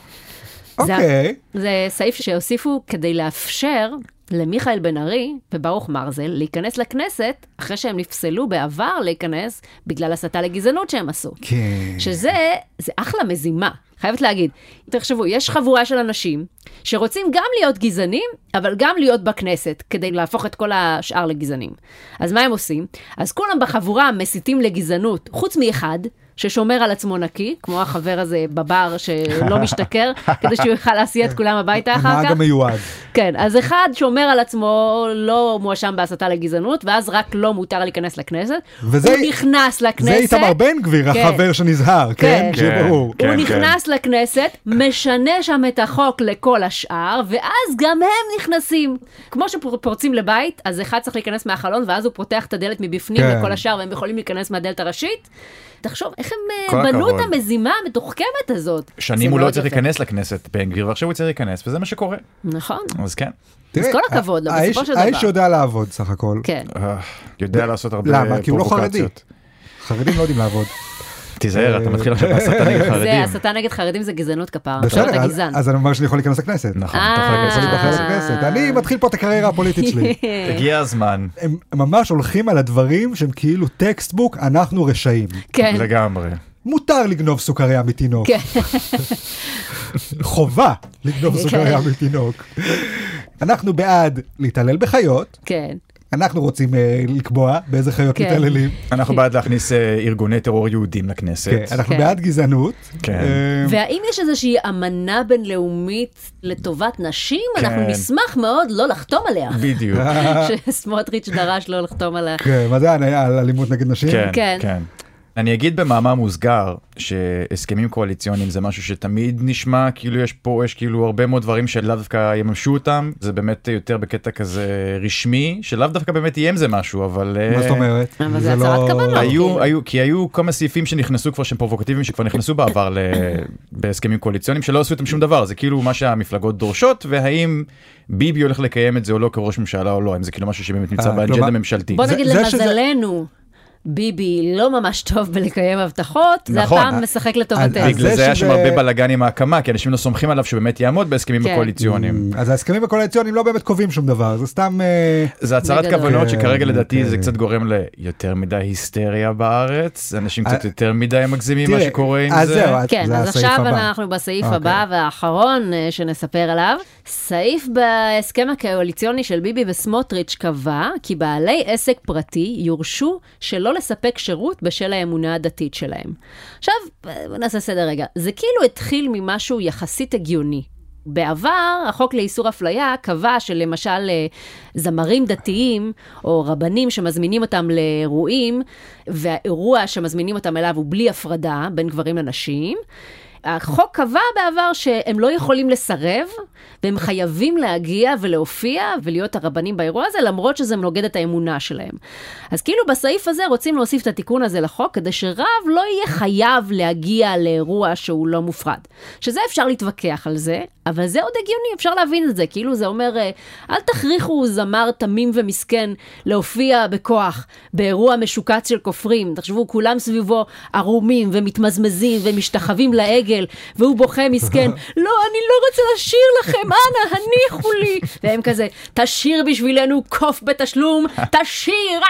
אוקיי. זה סעיף שהוסיפו כדי לאפשר למיכאל בן ארי וברוך מרזל להיכנס לכנסת, אחרי שהם נפסלו בעבר להיכנס, בגלל הסתה לגזענות שהם עשו. כן. שזה אחלה מזימה, חייבת להגיד. תחשבו, יש חבורה של אנשים שרוצים גם להיות גזענים, אבל גם להיות בכנסת, כדי להפוך את כל השאר לגזענים. אז מה הם עושים? אז כולם בחבורה מסיתים לגזענות, חוץ מאחד, ששומר על עצמו נקי, כמו החבר הזה בבר שלא משתכר, כדי שהוא יוכל להסיע את כולם הביתה אחר כך. הנהג המיועד. כן, אז אחד שומר על עצמו, לא מואשם בהסתה לגזענות, ואז רק לא מותר להיכנס לכנסת. הוא נכנס לכנסת. זה איתמר בן גביר, החבר שנזהר, כן? שברור. הוא נכנס לכנסת, משנה שם את החוק לכל השאר, ואז גם הם נכנסים. כמו שפורצים לבית, אז אחד צריך להיכנס מהחלון, ואז הוא פותח את הדלת מבפנים לכל השאר, והם יכולים להיכנס מהדלת הראשית. תחשוב, איך הם בנו את המזימה המתוחכמת הזאת. שנים הוא לא צריך להיכנס לכנסת בן גביר, ועכשיו הוא צריך להיכנס, וזה מה שקורה. נכון. אז כן. אז כל הכבוד לו, בסופו של דבר. האיש יודע לעבוד, סך הכל. כן. יודע לעשות הרבה פרובוקציות. למה? כי הוא לא חרדי. חרדים לא יודעים לעבוד. תיזהר, אתה מתחיל עכשיו בהסתה נגד חרדים. זה, הסתה נגד חרדים זה גזענות כפרה. בסדר, אז אני אומר שאני יכול להיכנס לכנסת. נכון, אתה יכול להיכנס לכנסת. אני מתחיל פה את הקריירה הפוליטית שלי. הגיע הזמן. הם ממש הולכים על הדברים שהם כאילו טקסטבוק, אנחנו רשעים. כן. לגמרי. מותר לגנוב סוכריה מתינוק. כן. חובה לגנוב סוכריה מתינוק. אנחנו בעד להתעלל בחיות. כן. אנחנו רוצים לקבוע באיזה חיות מתעללים. אנחנו בעד להכניס ארגוני טרור יהודים לכנסת. אנחנו בעד גזענות. והאם יש איזושהי אמנה בינלאומית לטובת נשים? אנחנו נשמח מאוד לא לחתום עליה. בדיוק. שסמוטריץ' דרש לא לחתום עליה. כן, מה זה על אלימות נגד נשים? כן. אני אגיד במאמר מוסגר שהסכמים קואליציוניים זה משהו שתמיד נשמע, כאילו יש כאילו הרבה מאוד דברים שלאו דווקא יממשו אותם, זה באמת יותר בקטע כזה רשמי, שלאו דווקא באמת יהיה עם זה משהו, אבל... מה זאת אומרת? אבל זה הצהרת כוונות. כי היו כמה סעיפים שנכנסו כבר שהם פרובוקטיביים, שכבר נכנסו בעבר בהסכמים קואליציוניים, שלא עשו איתם שום דבר, זה כאילו מה שהמפלגות דורשות, והאם ביבי הולך לקיים את זה או לא כראש ממשלה או לא, אם זה כאילו משהו שבאמת נמצא באג'נדה ממשלתית. בוא נגיד למזלנו. ביבי לא ממש טוב בלקיים הבטחות, זה הפעם משחק לטובתנו. בגלל זה היה שם הרבה בלגן עם ההקמה, כי אנשים לא סומכים עליו שבאמת יעמוד בהסכמים הקואליציוניים. אז ההסכמים הקואליציוניים לא באמת קובעים שום דבר, זה סתם... זה הצהרת כוונות שכרגע לדעתי זה קצת גורם ליותר מדי היסטריה בארץ, אנשים קצת יותר מדי מגזימים מה שקורה עם זה. כן, אז עכשיו אנחנו בסעיף הבא והאחרון שנספר עליו. סעיף בהסכם הקואליציוני של ביבי וסמוטריץ' קבע כי בעלי עסק פרטי יורשו שלא לספק שירות בשל האמונה הדתית שלהם. עכשיו, נעשה סדר רגע. זה כאילו התחיל ממשהו יחסית הגיוני. בעבר, החוק לאיסור אפליה קבע שלמשל זמרים דתיים או רבנים שמזמינים אותם לאירועים, והאירוע שמזמינים אותם אליו הוא בלי הפרדה בין גברים לנשים, החוק קבע בעבר שהם לא יכולים לסרב, והם חייבים להגיע ולהופיע ולהיות הרבנים באירוע הזה, למרות שזה נוגד את האמונה שלהם. אז כאילו בסעיף הזה רוצים להוסיף את התיקון הזה לחוק, כדי שרב לא יהיה חייב להגיע לאירוע שהוא לא מופרד. שזה אפשר להתווכח על זה, אבל זה עוד הגיוני, אפשר להבין את זה. כאילו זה אומר, אל תכריחו זמר תמים ומסכן להופיע בכוח באירוע משוקץ של כופרים. תחשבו, כולם סביבו ערומים ומתמזמזים ומשתחווים לעגל, והוא בוכה מסכן, לא, אני לא רוצה לשיר לכם, אנא, הניחו לי. והם כזה, תשיר בשבילנו קוף בתשלום, תשיר.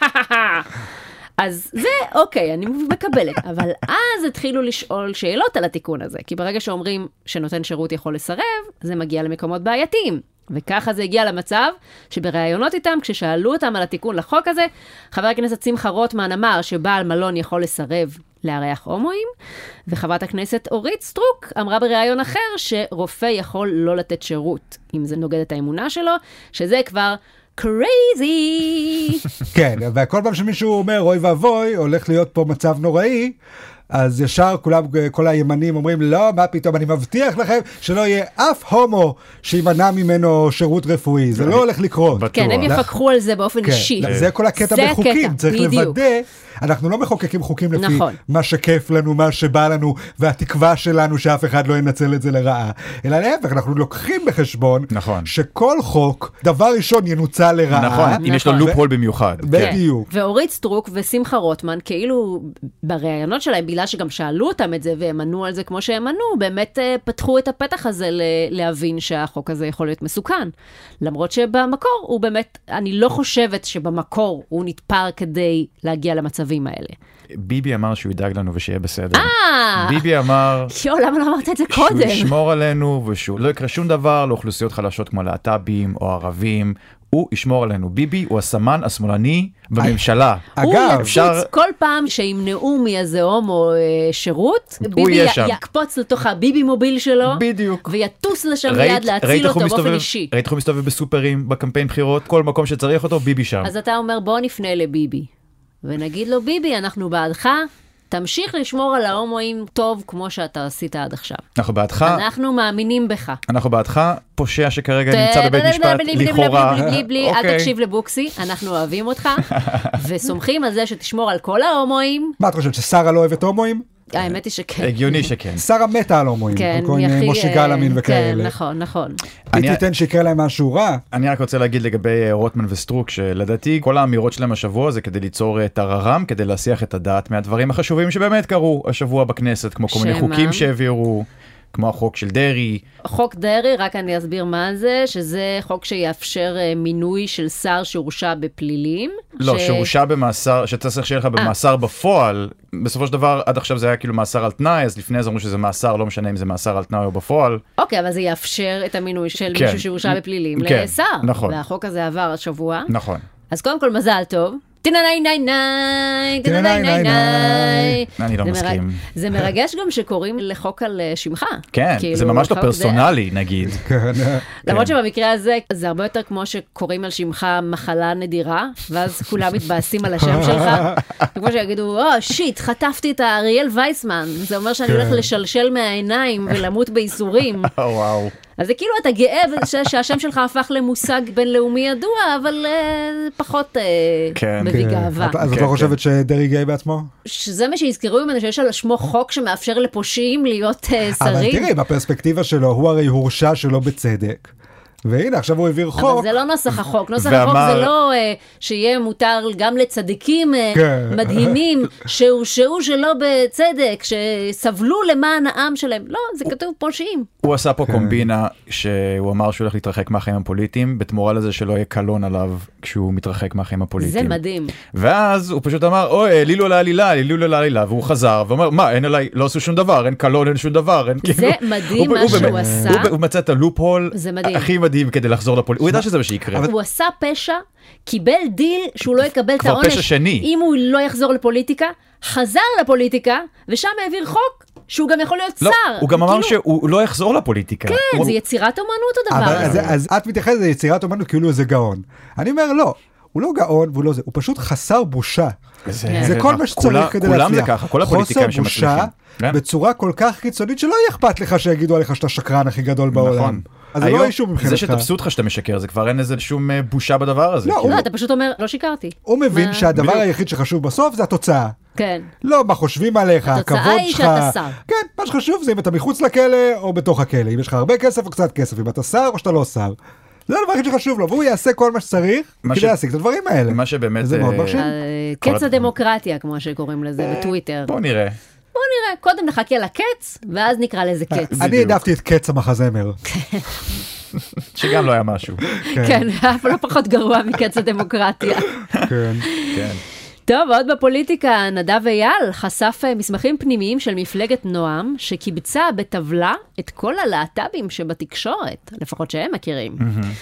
אז זה, אוקיי, אני מקבלת. אבל אז התחילו לשאול שאלות על התיקון הזה. כי ברגע שאומרים שנותן שירות יכול לסרב, זה מגיע למקומות בעייתיים. וככה זה הגיע למצב שבראיונות איתם, כששאלו אותם על התיקון לחוק הזה, חבר הכנסת שמחה רוטמן אמר שבעל מלון יכול לסרב לארח הומואים, וחברת הכנסת אורית סטרוק אמרה בראיון אחר שרופא יכול לא לתת שירות, אם זה נוגד את האמונה שלו, שזה כבר crazy. כן, וכל פעם שמישהו אומר, אוי ואבוי, הולך להיות פה מצב נוראי, אז ישר כולם, כל הימנים אומרים, לא, מה פתאום, אני מבטיח לכם שלא יהיה אף הומו שימנע ממנו שירות רפואי. זה לא הולך לקרות. כן, הם יפקחו על זה באופן אישי. זה כל הקטע בחוקים. צריך לוודא, אנחנו לא מחוקקים חוקים לפי מה שכיף לנו, מה שבא לנו, והתקווה שלנו שאף אחד לא ינצל את זה לרעה. אלא להפך, אנחנו לוקחים בחשבון שכל חוק, דבר ראשון ינוצל לרעה. נכון, אם יש לו לופ-הול במיוחד. בדיוק. ואורית סטרוק ושמחה רוטמן, כאילו בראיונות שלהם, בגלל שגם שאלו אותם את זה, והם ענו על זה כמו שהם ענו, באמת פתחו את הפתח הזה להבין שהחוק הזה יכול להיות מסוכן. למרות שבמקור הוא באמת, אני לא חושבת שבמקור הוא נתפר כדי להגיע למצבים האלה. ביבי אמר שהוא ידאג לנו ושיהיה בסדר. ביבי אמר... למה לא אמרת את זה קודם? שהוא ישמור עלינו ושהוא לא יקרה שום דבר לאוכלוסיות חלשות כמו להט"בים או ערבים. הוא ישמור עלינו. ביבי הוא הסמן השמאלני בממשלה. הוא יצוץ כל פעם שימנעו מאיזה הומו שירות, ביבי יקפוץ לתוך הביבי מוביל שלו, בדיוק. ויטוס לשם מיד להציל אותו באופן אישי. ראית איך הוא מסתובב בסופרים, בקמפיין בחירות, כל מקום שצריך אותו, ביבי שם. אז אתה אומר, בוא נפנה לביבי, ונגיד לו, ביבי, אנחנו בעדך, תמשיך לשמור על ההומואים טוב כמו שאתה עשית עד עכשיו. אנחנו בעדך. אנחנו מאמינים בך. אנחנו בעדך, פושע שכרגע נמצא בבית משפט, לכאורה. אל תקשיב לבוקסי, אנחנו אוהבים אותך, וסומכים על זה שתשמור על כל ההומואים. מה את חושבת, ששרה לא אוהבת הומואים? האמת היא שכן. הגיוני שכן. שרה מתה על הומואים. כן, משה גלאמין וכאלה. כן, נכון. היא תיתן שיקרה להם משהו רע. אני רק רוצה להגיד לגבי רוטמן וסטרוק, שלדעתי כל האמירות שלהם השבוע זה כדי ליצור טררם, כדי להסיח את הדעת מהדברים החשובים שבאמת קרו השבוע בכנסת, כמו כל מיני חוקים שהעבירו. כמו החוק של דרי. חוק דרי, רק אני אסביר מה זה, שזה חוק שיאפשר מינוי של שר שהורשע בפלילים. לא, שהורשע במאסר, שאתה צריך שיהיה לך במאסר בפועל. בסופו של דבר, עד עכשיו זה היה כאילו מאסר על תנאי, אז לפני זה אמרו שזה מאסר, לא משנה אם זה מאסר על תנאי או בפועל. אוקיי, אבל זה יאפשר את המינוי של מישהו שהורשע בפלילים לשר. נכון. והחוק הזה עבר השבוע. נכון. אז קודם כל מזל טוב. אני לא מסכים. זה מרגש גם שקוראים לחוק על שמך. כן, זה ממש לא פרסונלי, נגיד. למרות שבמקרה הזה, זה הרבה יותר כמו שקוראים על שמך מחלה נדירה, ואז כולם מתבאסים על השם שלך. כמו שיגידו, שיט, חטפתי את אריאל וייסמן. זה אומר שאני הולך לשלשל מהעיניים ולמות בייסורים. וואו. אז זה כאילו אתה גאה שהשם שלך הפך למושג בינלאומי ידוע, אבל פחות מביא גאווה. אז את לא חושבת שדרי גאה בעצמו? שזה מה שהזכירו ממנו, שיש על שמו חוק שמאפשר לפושעים להיות שרים. אבל תראי, בפרספקטיבה שלו, הוא הרי הורשע שלא בצדק. והנה, עכשיו הוא העביר חוק. אבל זה לא נוסח החוק. נוסח החוק זה לא שיהיה מותר גם לצדיקים מדהימים, שהורשעו שלא בצדק, שסבלו למען העם שלהם. לא, זה כתוב פושעים. הוא עשה פה קומבינה שהוא אמר שהוא הולך להתרחק מהחיים הפוליטיים, בתמורה לזה שלא יהיה קלון עליו כשהוא מתרחק מהחיים הפוליטיים. זה מדהים. ואז הוא פשוט אמר, אוי, לילו לעלילה, והוא חזר, ואומר, מה, אין עליי, לא עשו שום דבר, אין קלון, אין שום דבר. זה מדהים מה שהוא עשה. הוא מצא את הלופ-הול הכי מדהים כדי לחזור לפוליטיקה. הוא ידע שזה מה שיקרה. הוא עשה פשע, קיבל דיל שהוא לא יקבל את העונש אם הוא לא יחזור לפוליטיקה, חזר לפוליטיקה, ושם העביר חוק שהוא גם יכול להיות שר. לא, הוא גם אמר שהוא לא יחזור לפוליטיקה. כן, זה יצירת אומנות הדבר הזה. אז את מתייחסת ליצירת אומנות כאילו איזה גאון. אני אומר, לא, הוא לא גאון, הוא פשוט חסר בושה. זה כל מה שצריך כדי להצליח. כולם זה ככה, כל הפוליטיקאים שמצליחים. חוסר בושה בצורה כל כך קיצונית שלא יהיה אכפת לך שיגידו עליך שאתה שקרן הכי גדול בעולם. אז זה לא אישו מבחינתך. זה שתפסו אותך שאתה משקר, זה כבר אין איזה שום בושה בדבר הזה. לא, אתה פשוט אומר, לא שיקרתי. הוא מבין שהדבר היחיד שחשוב בסוף זה התוצאה. כן. לא מה חושבים עליך, הכבוד שלך. התוצאה היא שאתה שר. כן, מה שחשוב זה אם אתה מחוץ לכלא או בתוך הכלא. אם יש לך הרבה כסף או קצת כסף, אם אתה שר או שאתה לא שר. זה הדבר הכי שחשוב לו, והוא יעשה כל מה שצריך כדי להשיג את הדברים האלה. מה שבאמת... זה מאוד מרשים. קץ הדמוקרטיה, כמו שקוראים לזה בטוויטר. בוא נראה. קודם נחכה לקץ, ואז נקרא לזה קץ. אני העדפתי את קץ המחזמר. שגם לא היה משהו. כן, אף לא פחות גרוע מקץ הדמוקרטיה. כן. כן. טוב, עוד בפוליטיקה, נדב אייל חשף מסמכים פנימיים של מפלגת נועם, שקיבצה בטבלה את כל הלהט"בים שבתקשורת, לפחות שהם מכירים.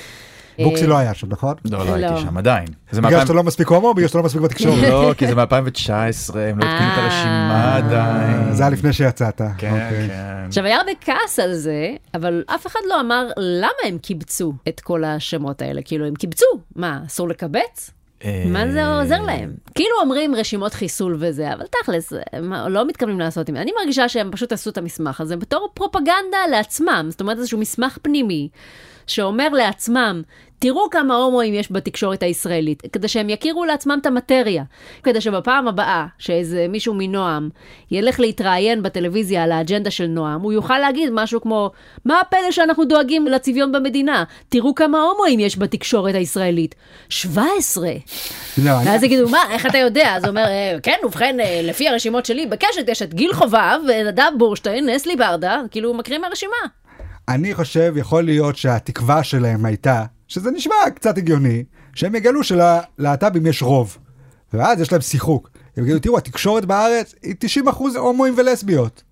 בוקסי לא היה שם, נכון? לא הייתי שם עדיין. בגלל שאתה לא מספיק הומו או בגלל שאתה לא מספיק בתקשורת? לא, כי זה מ-2019, הם לא התקינו את הרשימה עדיין. זה היה לפני שיצאת. כן, כן. עכשיו, היה הרבה כעס על זה, אבל אף אחד לא אמר למה הם קיבצו את כל השמות האלה. כאילו, הם קיבצו. מה, אסור לקבץ? מה זה עוזר להם? כאילו אומרים רשימות חיסול וזה, אבל תכלס, לא מתכוונים לעשות עם זה. אני מרגישה שהם פשוט עשו את המסמך הזה בתור פרופגנדה לעצמם. זאת אומרת, איזשהו מסמך פנימי, שאומר לעצמם, תראו כמה הומואים יש בתקשורת הישראלית, כדי שהם יכירו לעצמם את המטריה, כדי שבפעם הבאה שאיזה מישהו מנועם ילך להתראיין בטלוויזיה על האג'נדה של נועם, הוא יוכל להגיד משהו כמו, מה הפלא שאנחנו דואגים לצביון במדינה? תראו כמה הומואים יש בתקשורת הישראלית. 17. ואז יגידו, מה, איך אתה יודע? אז הוא אומר, כן, ובכן, לפי הרשימות שלי, בקשת יש את גיל חובב, נדב בורשטיין, נסלי ברדה, כאילו מקרים מהרשימה. אני חושב, יכול להיות שהתקווה שלהם הייתה, שזה נשמע קצת הגיוני, שהם יגלו שלהט"בים יש רוב. ואז יש להם שיחוק. הם יגידו, תראו, התקשורת בארץ היא 90% הומואים ולסביות.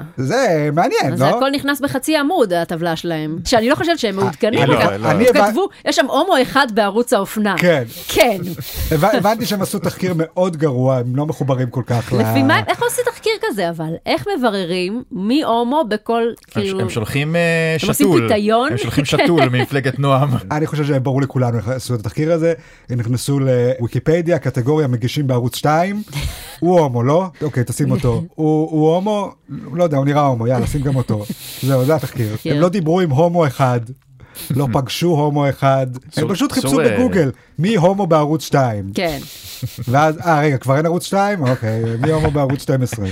זה מעניין, לא? זה הכל נכנס בחצי עמוד, הטבלה שלהם. שאני לא חושבת שהם מעודכנים. הם כתבו, יש שם הומו אחד בערוץ האופנה. כן. כן. הבנתי שהם עשו תחקיר מאוד גרוע, הם לא מחוברים כל כך. לפי מה, איך עושים תחקיר כזה, אבל? איך מבררים מי הומו בכל, כאילו... הם שולחים שתול. הם עושים פיתיון. הם שולחים שתול ממפלגת נועם. אני חושב שברור לכולנו איך עשו את התחקיר הזה. הם נכנסו לוויקיפדיה, קטגוריה מגישים בערוץ 2. הוא הומו, לא? אוקיי, תשים אותו. הוא הומו, לא יודע, הוא נראה הומו, יאללה, שים גם אותו. זהו, זה התחקיר. הם לא דיברו עם הומו אחד, לא פגשו הומו אחד, הם פשוט חיפשו בגוגל, מי הומו בערוץ 2. כן. ואז, רגע, כבר אין ערוץ 2? אוקיי, מי הומו בערוץ 12?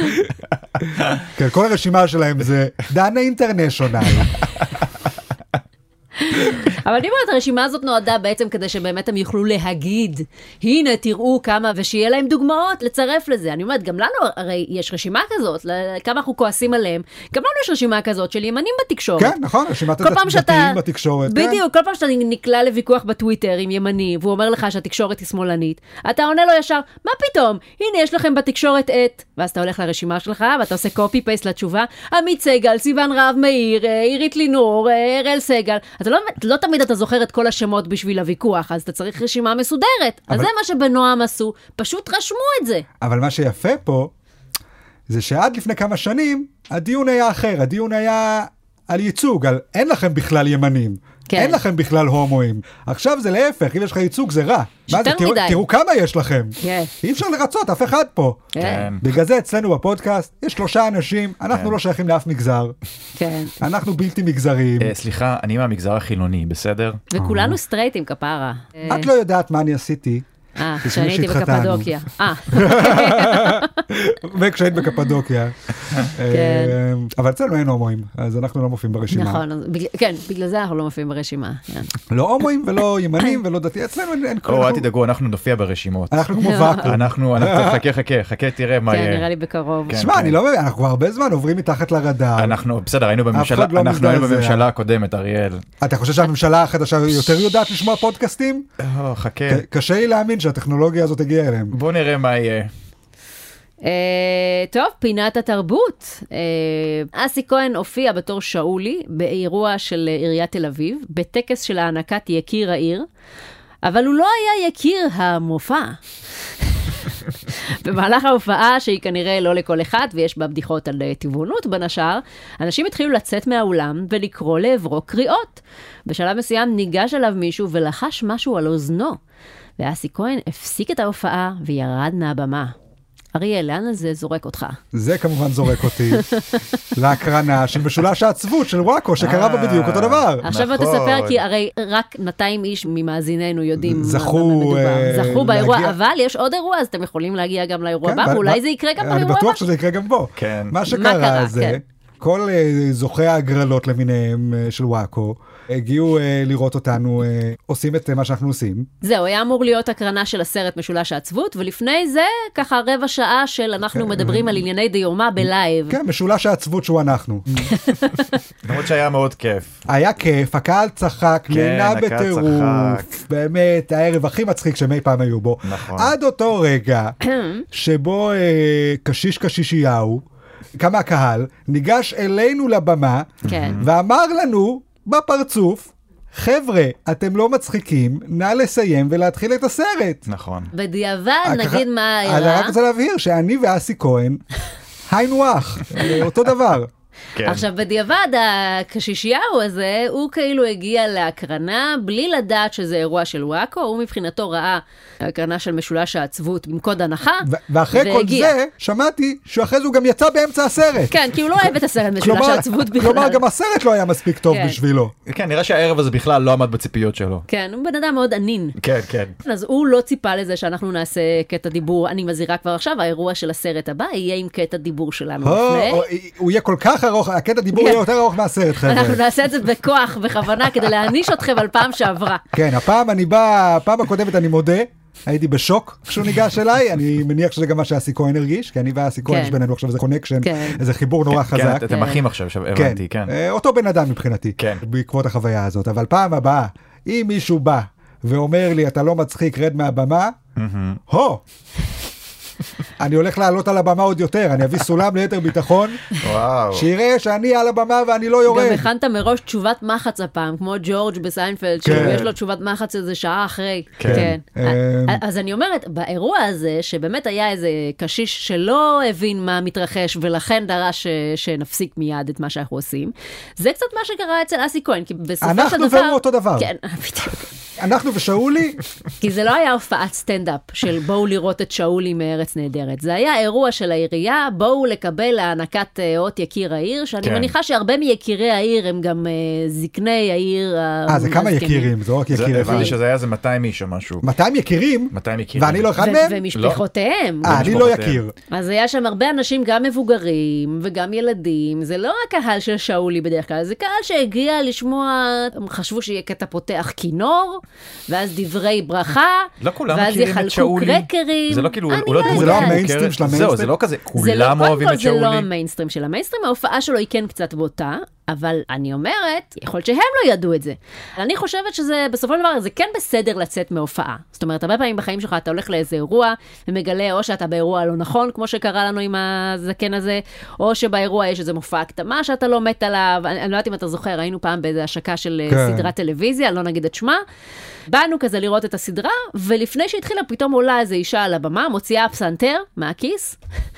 כן, כל הרשימה שלהם זה דנה אינטרנשיונל. אבל אני אומרת, הרשימה הזאת נועדה בעצם כדי שבאמת הם יוכלו להגיד, הנה תראו כמה, ושיהיה להם דוגמאות לצרף לזה. אני אומרת, גם לנו הרי יש רשימה כזאת, כמה אנחנו כועסים עליהם, גם לנו יש רשימה כזאת של ימנים בתקשורת. כן, נכון, רשימת הדתיים בתקשורת. בדיוק, כל פעם שאתה נקלע לוויכוח בטוויטר עם ימני, והוא אומר לך שהתקשורת היא שמאלנית, אתה עונה לו ישר, מה פתאום? הנה יש לכם בתקשורת את, ואז אתה הולך לרשימה שלך, ואתה עושה קופי פייסט לתשובה, עמית סגל, סיוון רהב מאיר, עירית לינור, אראל סגל. לא תמיד אתה זוכר את כל השמות בשביל הוויכוח, אז אתה צריך רשימה מסודרת. אז זה מה שבנועם עשו, פשוט רשמו את זה. אבל מה שיפה פה, זה שעד לפני כמה שנים, הדיון היה אחר. הדיון היה על ייצוג, על אין לכם בכלל ימנים. כן. אין לכם בכלל הומואים. עכשיו זה להפך, אם יש לך ייצוג זה רע. תראו כמה יש לכם. כן. אי אפשר לרצות אף אחד פה. כן. בגלל זה אצלנו בפודקאסט יש 3 אנשים, אנחנו לא שייכים לאף מגזר. כן. אנחנו בלתי מגזריים. סליחה, אני מהמגזר החילוני, בסדר? וכולנו סטרייטים כפרה. את לא יודעת מה אני עשיתי. כשאני הייתי בקפדוקיה. וכשהיית בקפדוקיה. אבל אצלנו אין הומואים, אז אנחנו לא מופיעים ברשימה. נכון, כן, בגלל זה אנחנו לא מופיעים ברשימה. לא הומואים ולא ימנים ולא דתי, אצלנו אין כלום. אל תדאגו, אנחנו נופיע ברשימות. אנחנו כמו ואקום. חכה, תראה מה יהיה. כן, נראה לי בקרוב. שמע, אני לא מבין, אנחנו כבר הרבה זמן עוברים מתחת לרדאר. בסדר, היינו בממשלה הקודמת, אריאל. אתה חושב שהממשלה החדשה יותר יודעת לשמוע פודקאסטים? חכה. קשה לי להאמין שהטכנולוגיה הזאת הגיעה אליהם. בוא נראה מה יהיה. טוב, פינת התרבות. אסי כהן הופיע בתור שאולי באירוע של עיריית תל אביב, בטקס של הענקת יקיר העיר, אבל הוא לא היה יקיר המופע. במהלך ההופעה, שהיא כנראה לא לכל אחד, ויש בה בדיחות על טבעונות בין השאר, אנשים התחילו לצאת מהאולם ולקרוא לעברו קריאות. בשלב מסוים ניגש אליו מישהו ולחש משהו על אוזנו. ואסי כהן הפסיק את ההופעה וירד מהבמה. אריאל, לאן זה זורק אותך? זה כמובן זורק אותי להקרנה של משולש העצבות של וואקו, שקרה בה בדיוק אותו דבר. עכשיו אתה תספר, כי הרי רק 200 איש ממאזיננו יודעים מה מדובר. זכו באירוע, אבל יש עוד אירוע, אז אתם יכולים להגיע גם לאירוע הבא, ואולי זה יקרה גם באירוע הבא. אני בטוח שזה יקרה גם בו. מה שקרה זה, כל זוכי ההגרלות למיניהם של וואקו, הגיעו לראות אותנו עושים את מה שאנחנו עושים. זהו, היה אמור להיות הקרנה של הסרט משולש העצבות, ולפני זה, ככה רבע שעה של אנחנו מדברים על ענייני דיומה בלייב. כן, משולש העצבות שהוא אנחנו. למרות שהיה מאוד כיף. היה כיף, הקהל צחק, נהנה בטירוף. באמת, הערב הכי מצחיק שמי פעם היו בו. עד אותו רגע, שבו קשישיהו, כמה הקהל, ניגש אלינו לבמה, ואמר לנו, בפרצוף, חבר'ה, אתם לא מצחיקים, נא לסיים ולהתחיל את הסרט. נכון. בדיעבד, נגיד מה היה. אני רק רוצה להבהיר שאני ואסי כהן, היינו אח, אותו דבר. עכשיו, בדיעבד, הקשישיהו הזה, הוא כאילו הגיע להקרנה, בלי לדעת שזה אירוע של וואקו, הוא מבחינתו ראה הקרנה של משולש העצבות במקוד הנחה, ואחרי כל זה, שמעתי שאחרי זה הוא גם יצא באמצע הסרט. כן, כי הוא לא אוהב את הסרט משולש העצבות בכלל. כלומר, גם הסרט לא היה מספיק טוב בשבילו. כן, נראה שהערב הזה בכלל לא עמד בציפיות שלו. כן, הוא בן אדם מאוד ענין. כן, כן. אז הוא לא ציפה לזה שאנחנו נעשה קטע דיבור, אני מזהירה כבר עכשיו, האירוע של הסרט הבא יהיה עם קטע דיבור שלנו לפני. הוא יהיה כל כך ארוך, הקטע דיבור יהיה יותר ארוך מהסרט, חבר'ה. אנחנו נעשה את זה בכוח, בכוונה, כדי להעניש אתכם על פעם שעברה. כן, הפעם הקודמת אני מודה, הייתי בשוק כשהוא ניגש אליי, אני מניח שזה גם מה שאסי כהן הרגיש, כי אני ואסי כהן יש בינינו עכשיו איזה קונקשן, איזה חיבור נורא חזק. כן, אתם אחים עכשיו, הבנתי, כן. אותו בן אדם מבחינתי, בעקבות החוויה הזאת, אבל פעם הבאה, אם מישהו בא ואומר לי, אתה לא מצחיק, רד מהבמה, אני הולך לעלות על הבמה עוד יותר, אני אביא סולם ליתר ביטחון, שיראה שאני על הבמה ואני לא יורד. גם הכנת מראש תשובת מחץ הפעם, כמו ג'ורג' בסיינפלד, שיש לו תשובת מחץ איזה שעה אחרי. כן. אז אני אומרת, באירוע הזה, שבאמת היה איזה קשיש שלא הבין מה מתרחש, ולכן דרש שנפסיק מיד את מה שאנחנו עושים, זה קצת מה שקרה אצל אסי כהן, כי בסופו של דבר... אנחנו והוא אותו דבר. כן, בדיוק. אנחנו ושאולי... כי זה לא היה הופעת סטנדאפ של בואו לראות את שאולי מארץ נהדרת. זה היה אירוע של העירייה, בואו לקבל להענקת אות יקיר העיר, שאני מניחה שהרבה מיקירי העיר הם גם זקני העיר. זה כמה יקירים, זה לא רק יקיר. הבנתי שזה היה איזה 200 איש או משהו. 200 יקירים? 200 יקירים. ואני לא אחד מהם? ומשפחותיהם. אני לא יקיר. אז היה שם הרבה אנשים, גם מבוגרים וגם ילדים. זה לא הקהל של שאולי בדרך כלל, זה קהל שהגיע לשמוע, הם חשבו שיהיה קטע פותח כינור, ואז דברי ברכה, ואז יחלקו קרקרים. זה לא כאילו, זה לא המיינסטרים של המיינסטרים. זהו, זה לא כזה, כולם אוהבים את שאולי. זה לא המיינסטרים של המיינסטרים, ההופעה שלו היא כן קצת בוטה, אבל אני אומרת, יכול להיות שהם לא ידעו את זה. אני חושבת שזה, בסופו של דבר, זה כן בסדר לצאת מהופעה. זאת אומרת, הרבה פעמים בחיים שלך אתה הולך לאיזה אירוע, ומגלה או שאתה באירוע לא נכון, כמו שקרה לנו עם הזקן הזה, או שבאירוע יש איזה מופע הקדמה שאתה לא מת עליו. אני לא יודעת אם אתה זוכר, היינו פעם באיזה השקה של סדרת טלוויזיה, לא נגיד את שמה. באנו כזה לראות את הסדרה, ולפני שהתחילה פתאום עולה איזו אישה על הבמה, מוציאה הפסנתר מהכיס,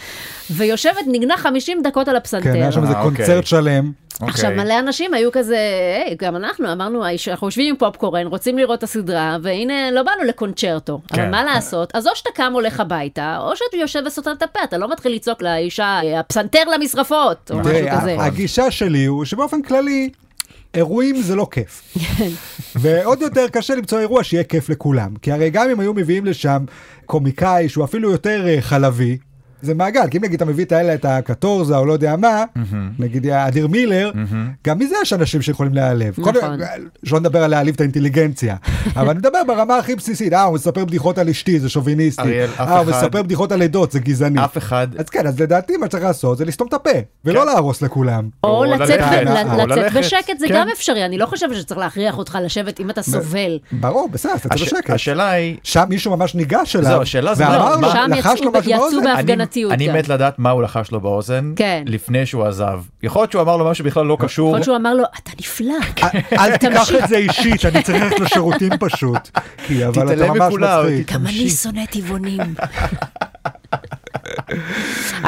ויושבת נגנה 50 דקות על הפסנתר. כן, היה שם איזה קונצרט שלם. עכשיו, מלא אנשים היו כזה, גם אנחנו אמרנו, אנחנו יושבים עם פופקורן, רוצים לראות את הסדרה, והנה, לא באנו לקונצ'רטו. אבל מה לעשות? אז או שאתה קם הולך הביתה, או שאתה יושב וסותם את הפה, אתה לא מתחיל לצעוק לאישה, הפסנתר למשרפות, או משהו כזה. הגישה שלי הוא שבאופן כללי, אירועים זה לא כיף. ועוד יותר קשה למצוא אירוע שיהיה כיף לכולם. כי הרי גם אם היו מביאים לשם קומיקאי שהוא אפילו יותר חלבי, זה מעגל, כי אם נגיד אתה מביא את האלה, את הקטורזה או לא יודע מה, נגיד אדיר מילר, גם מזה יש אנשים שיכולים להעלב. שלא נדבר על להעליב את האינטליגנציה, אבל נדבר ברמה הכי בסיסית, הוא מספר בדיחות על אשתי, זה שוביניסטי, הוא מספר בדיחות על עדות, זה גזעני. אף אחד. אז כן, אז לדעתי מה צריך לעשות זה לסתום את הפה, ולא להרוס לכולם. או לצאת בשקט, זה גם אפשרי, אני לא חושבת שצריך להכריח אותך לשבת אם אתה סובל. ברור, בסדר, אתה צריך בשקט. השאלה היא... שם מישהו ממש ניגש אליו, ואמר לו, לחש לו משהו באוזן. אני מת לדעת מה הוא לחש לו באוזן, לפני שהוא עזב. יכול להיות שהוא אמר לו משהו בכלל לא קשור. יכול להיות שהוא אמר לו, אתה נפלא. אל תיקח את זה אישית, אני צריך ללכת לשירותים פשוט. אבל אתה ממש מצחיק. גם אני שונא טבעונים.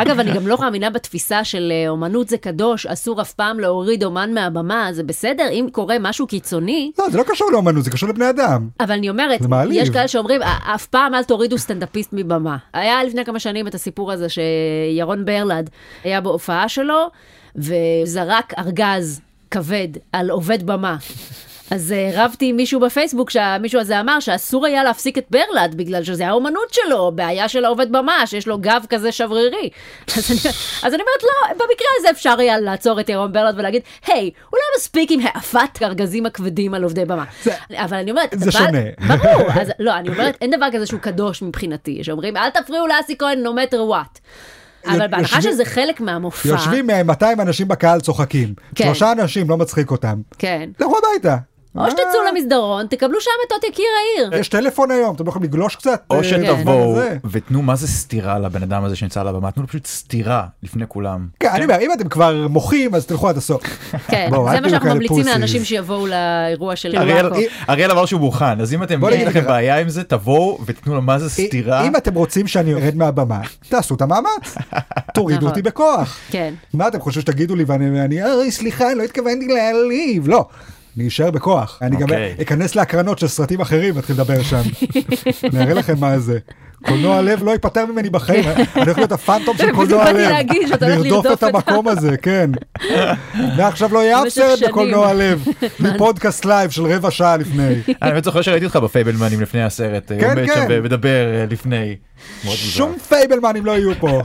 אגב, אני גם לא מאמינה בתפיסה של אומנות זה קדוש, אסור אף פעם להוריד אומן מהבמה, זה בסדר, אם קורה משהו קיצוני... לא, זה לא קשור לאומנות, זה קשור לבני אדם. אבל אני אומרת, יש כאלה שאומרים, אף פעם אל תורידו סטנדאפיסט מבמה. היה לפני כמה שנים את הסיפור הזה שירון ברלד היה בהופעה שלו, וזרק ארגז כבד על עובד במה. אז רבתי עם מישהו בפייסבוק, שהמישהו הזה אמר שאסור היה להפסיק את ברלד, בגלל שזה האומנות שלו, בעיה של העובד במה, שיש לו גב כזה שברירי. אז אני אומרת, לא, במקרה הזה אפשר היה לעצור את ירון ברלד ולהגיד, היי, אולי מספיק עם העפת הארגזים הכבדים על עובדי במה. אבל אני אומרת, זה שונה. ברור, אז לא, אני אומרת, אין דבר כזה שהוא קדוש מבחינתי, שאומרים, אל תפריעו לאסי כהן, no matter what. אבל בהנחה שזה חלק מהמופע... יושבים 200 אנשים בקהל צוחקים. 3 אנשים לא מצחיק אותם. כן. לכו הביתה. או שתצאו למסדרון, תקבלו שם את אות יקיר העיר. יש טלפון היום, אתם יכולים לגלוש קצת. או שתבואו ותנו מה זה סתירה לבן אדם הזה שנמצא על הבמה, תנו לו פשוט סתירה לפני כולם. כן, אני אומר, אם אתם כבר מוחים, אז תלכו עד הסוף. כן, זה מה שאנחנו ממליצים לאנשים שיבואו לאירוע של וואקו. אריאל אמר שהוא מוכן, אז אם יש לכם בעיה עם זה, תבואו ותנו לו מה זה סתירה. אם אתם רוצים שאני ארד מהבמה, תעשו את המאמץ. תורידו אותי בכוח. כן. מה אתם חושבים שתגידו לי, ואני, סליחה, לא התכוונתי להעליב. לא. אני אשאר בכוח. אני גם אכנס להקרנות של סרטים אחרים, נתחיל לדבר שם. אני אראה לכם מה זה. קולנוע לב לא ייפטר ממני בחיים. אני הולך להיות הפנטום של קולנוע לב. לרדוף את המקום הזה, כן. ועכשיו לא יהיה אף סרט בקולנוע לב. מפודקאסט לייב של רבע שעה לפני. אני באמת זוכר שראיתי אותך בפייבלמנים לפני הסרט. כן, כן. מדבר לפני. שום פייבלמנים לא יהיו פה.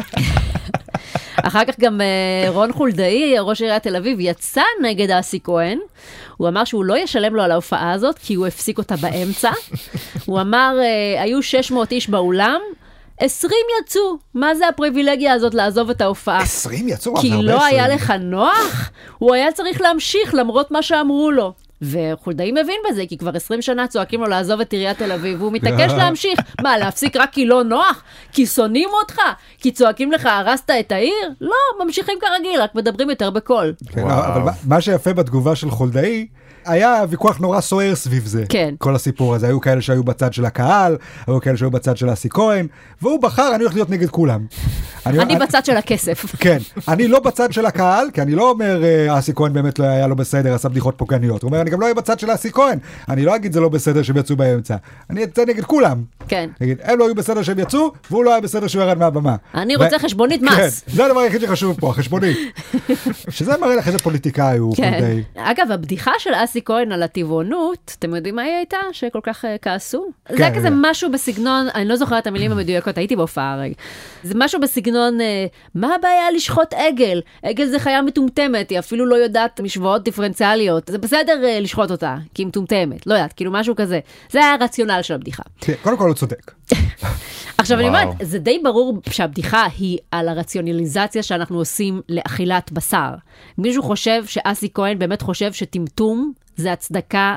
אחר כך גם רון חולדאי, ראש עיריית תל אביב, יצא נגד אסי כהן. הוא אמר שהוא לא ישלם לו על ההופעה הזאת, כי הוא הפסיק אותה באמצע. הוא אמר, היו 600 איש באולם, 20 יצאו. מה זה הפריבילגיה הזאת לעזוב את ההופעה? 20 יצאו? כי לא היה לך נוח? הוא היה צריך להמשיך למרות מה שאמרו לו. וחולדאי מבין בזה, כי כבר 20 שנה צועקים לו לעזוב את עיריית תל אביב, והוא מתעקש להמשיך. מה, להפסיק רק כי לא נוח? כי שונאים אותך? כי צועקים לך, הרסת את העיר? לא, ממשיכים כרגיל, רק מדברים יותר בקול. אבל מה שיפה בתגובה של חולדאי, היה ויכוח נורא סוער סביב זה. כן. כל הסיפור הזה. היו כאלה שהיו בצד של הקהל, היו כאלה שהיו בצד של אסי כהן, והוא בחר, אני הולך להיות נגד כולם. אני בצד של הכסף. כן. אני לא בצד של הקהל, כי אני לא אומר, אסי כהן באמת לא היה לו בסדר, עשה בדיחות פוגעניות. הוא אומר, אני גם לא אהיה בצד של אסי כהן. אני לא אגיד זה לא בסדר שהם יצאו באמצע. אני אצא נגד כולם. כן. נגיד, הם לא היו בסדר שהם יצאו, והוא לא היה בסדר שהוא ירד מהבמה. אני רוצה חשבונית מס. כן. זה הדבר היחיד שחשוב פה, החשבונית. שזה מראה לך איזה פוליטיקאי הוא. כן. אגב, הבדיחה של אסי כהן על הטבעונות, אתם יודעים מה היא הייתה? שכל כך כעסו? זה היה כזה משהו בסגנון, אני לא זוכרת את המילים המדויקות, הייתי בהופעה הרגע. זה משהו בסגנון, מה הבעיה לשחוט עגל? עגל זה חיה מטומטמת, היא אפילו לא יודעת משוואות דיפרנציאליות. זה בסדר לשחוט אותה, כי היא מטומטמת. לא יודעת, כאילו משהו כזה. זה היה הרציונל של הבדיחה. קודם כל הוא צודק. עכשיו אני אומרת, זה די ברור שהבדיחה היא על הרציונליזציה שאנחנו עושים לאכילת בשר. מישהו חושב שאסי כהן באמת חושב שטמטום זה הצדקה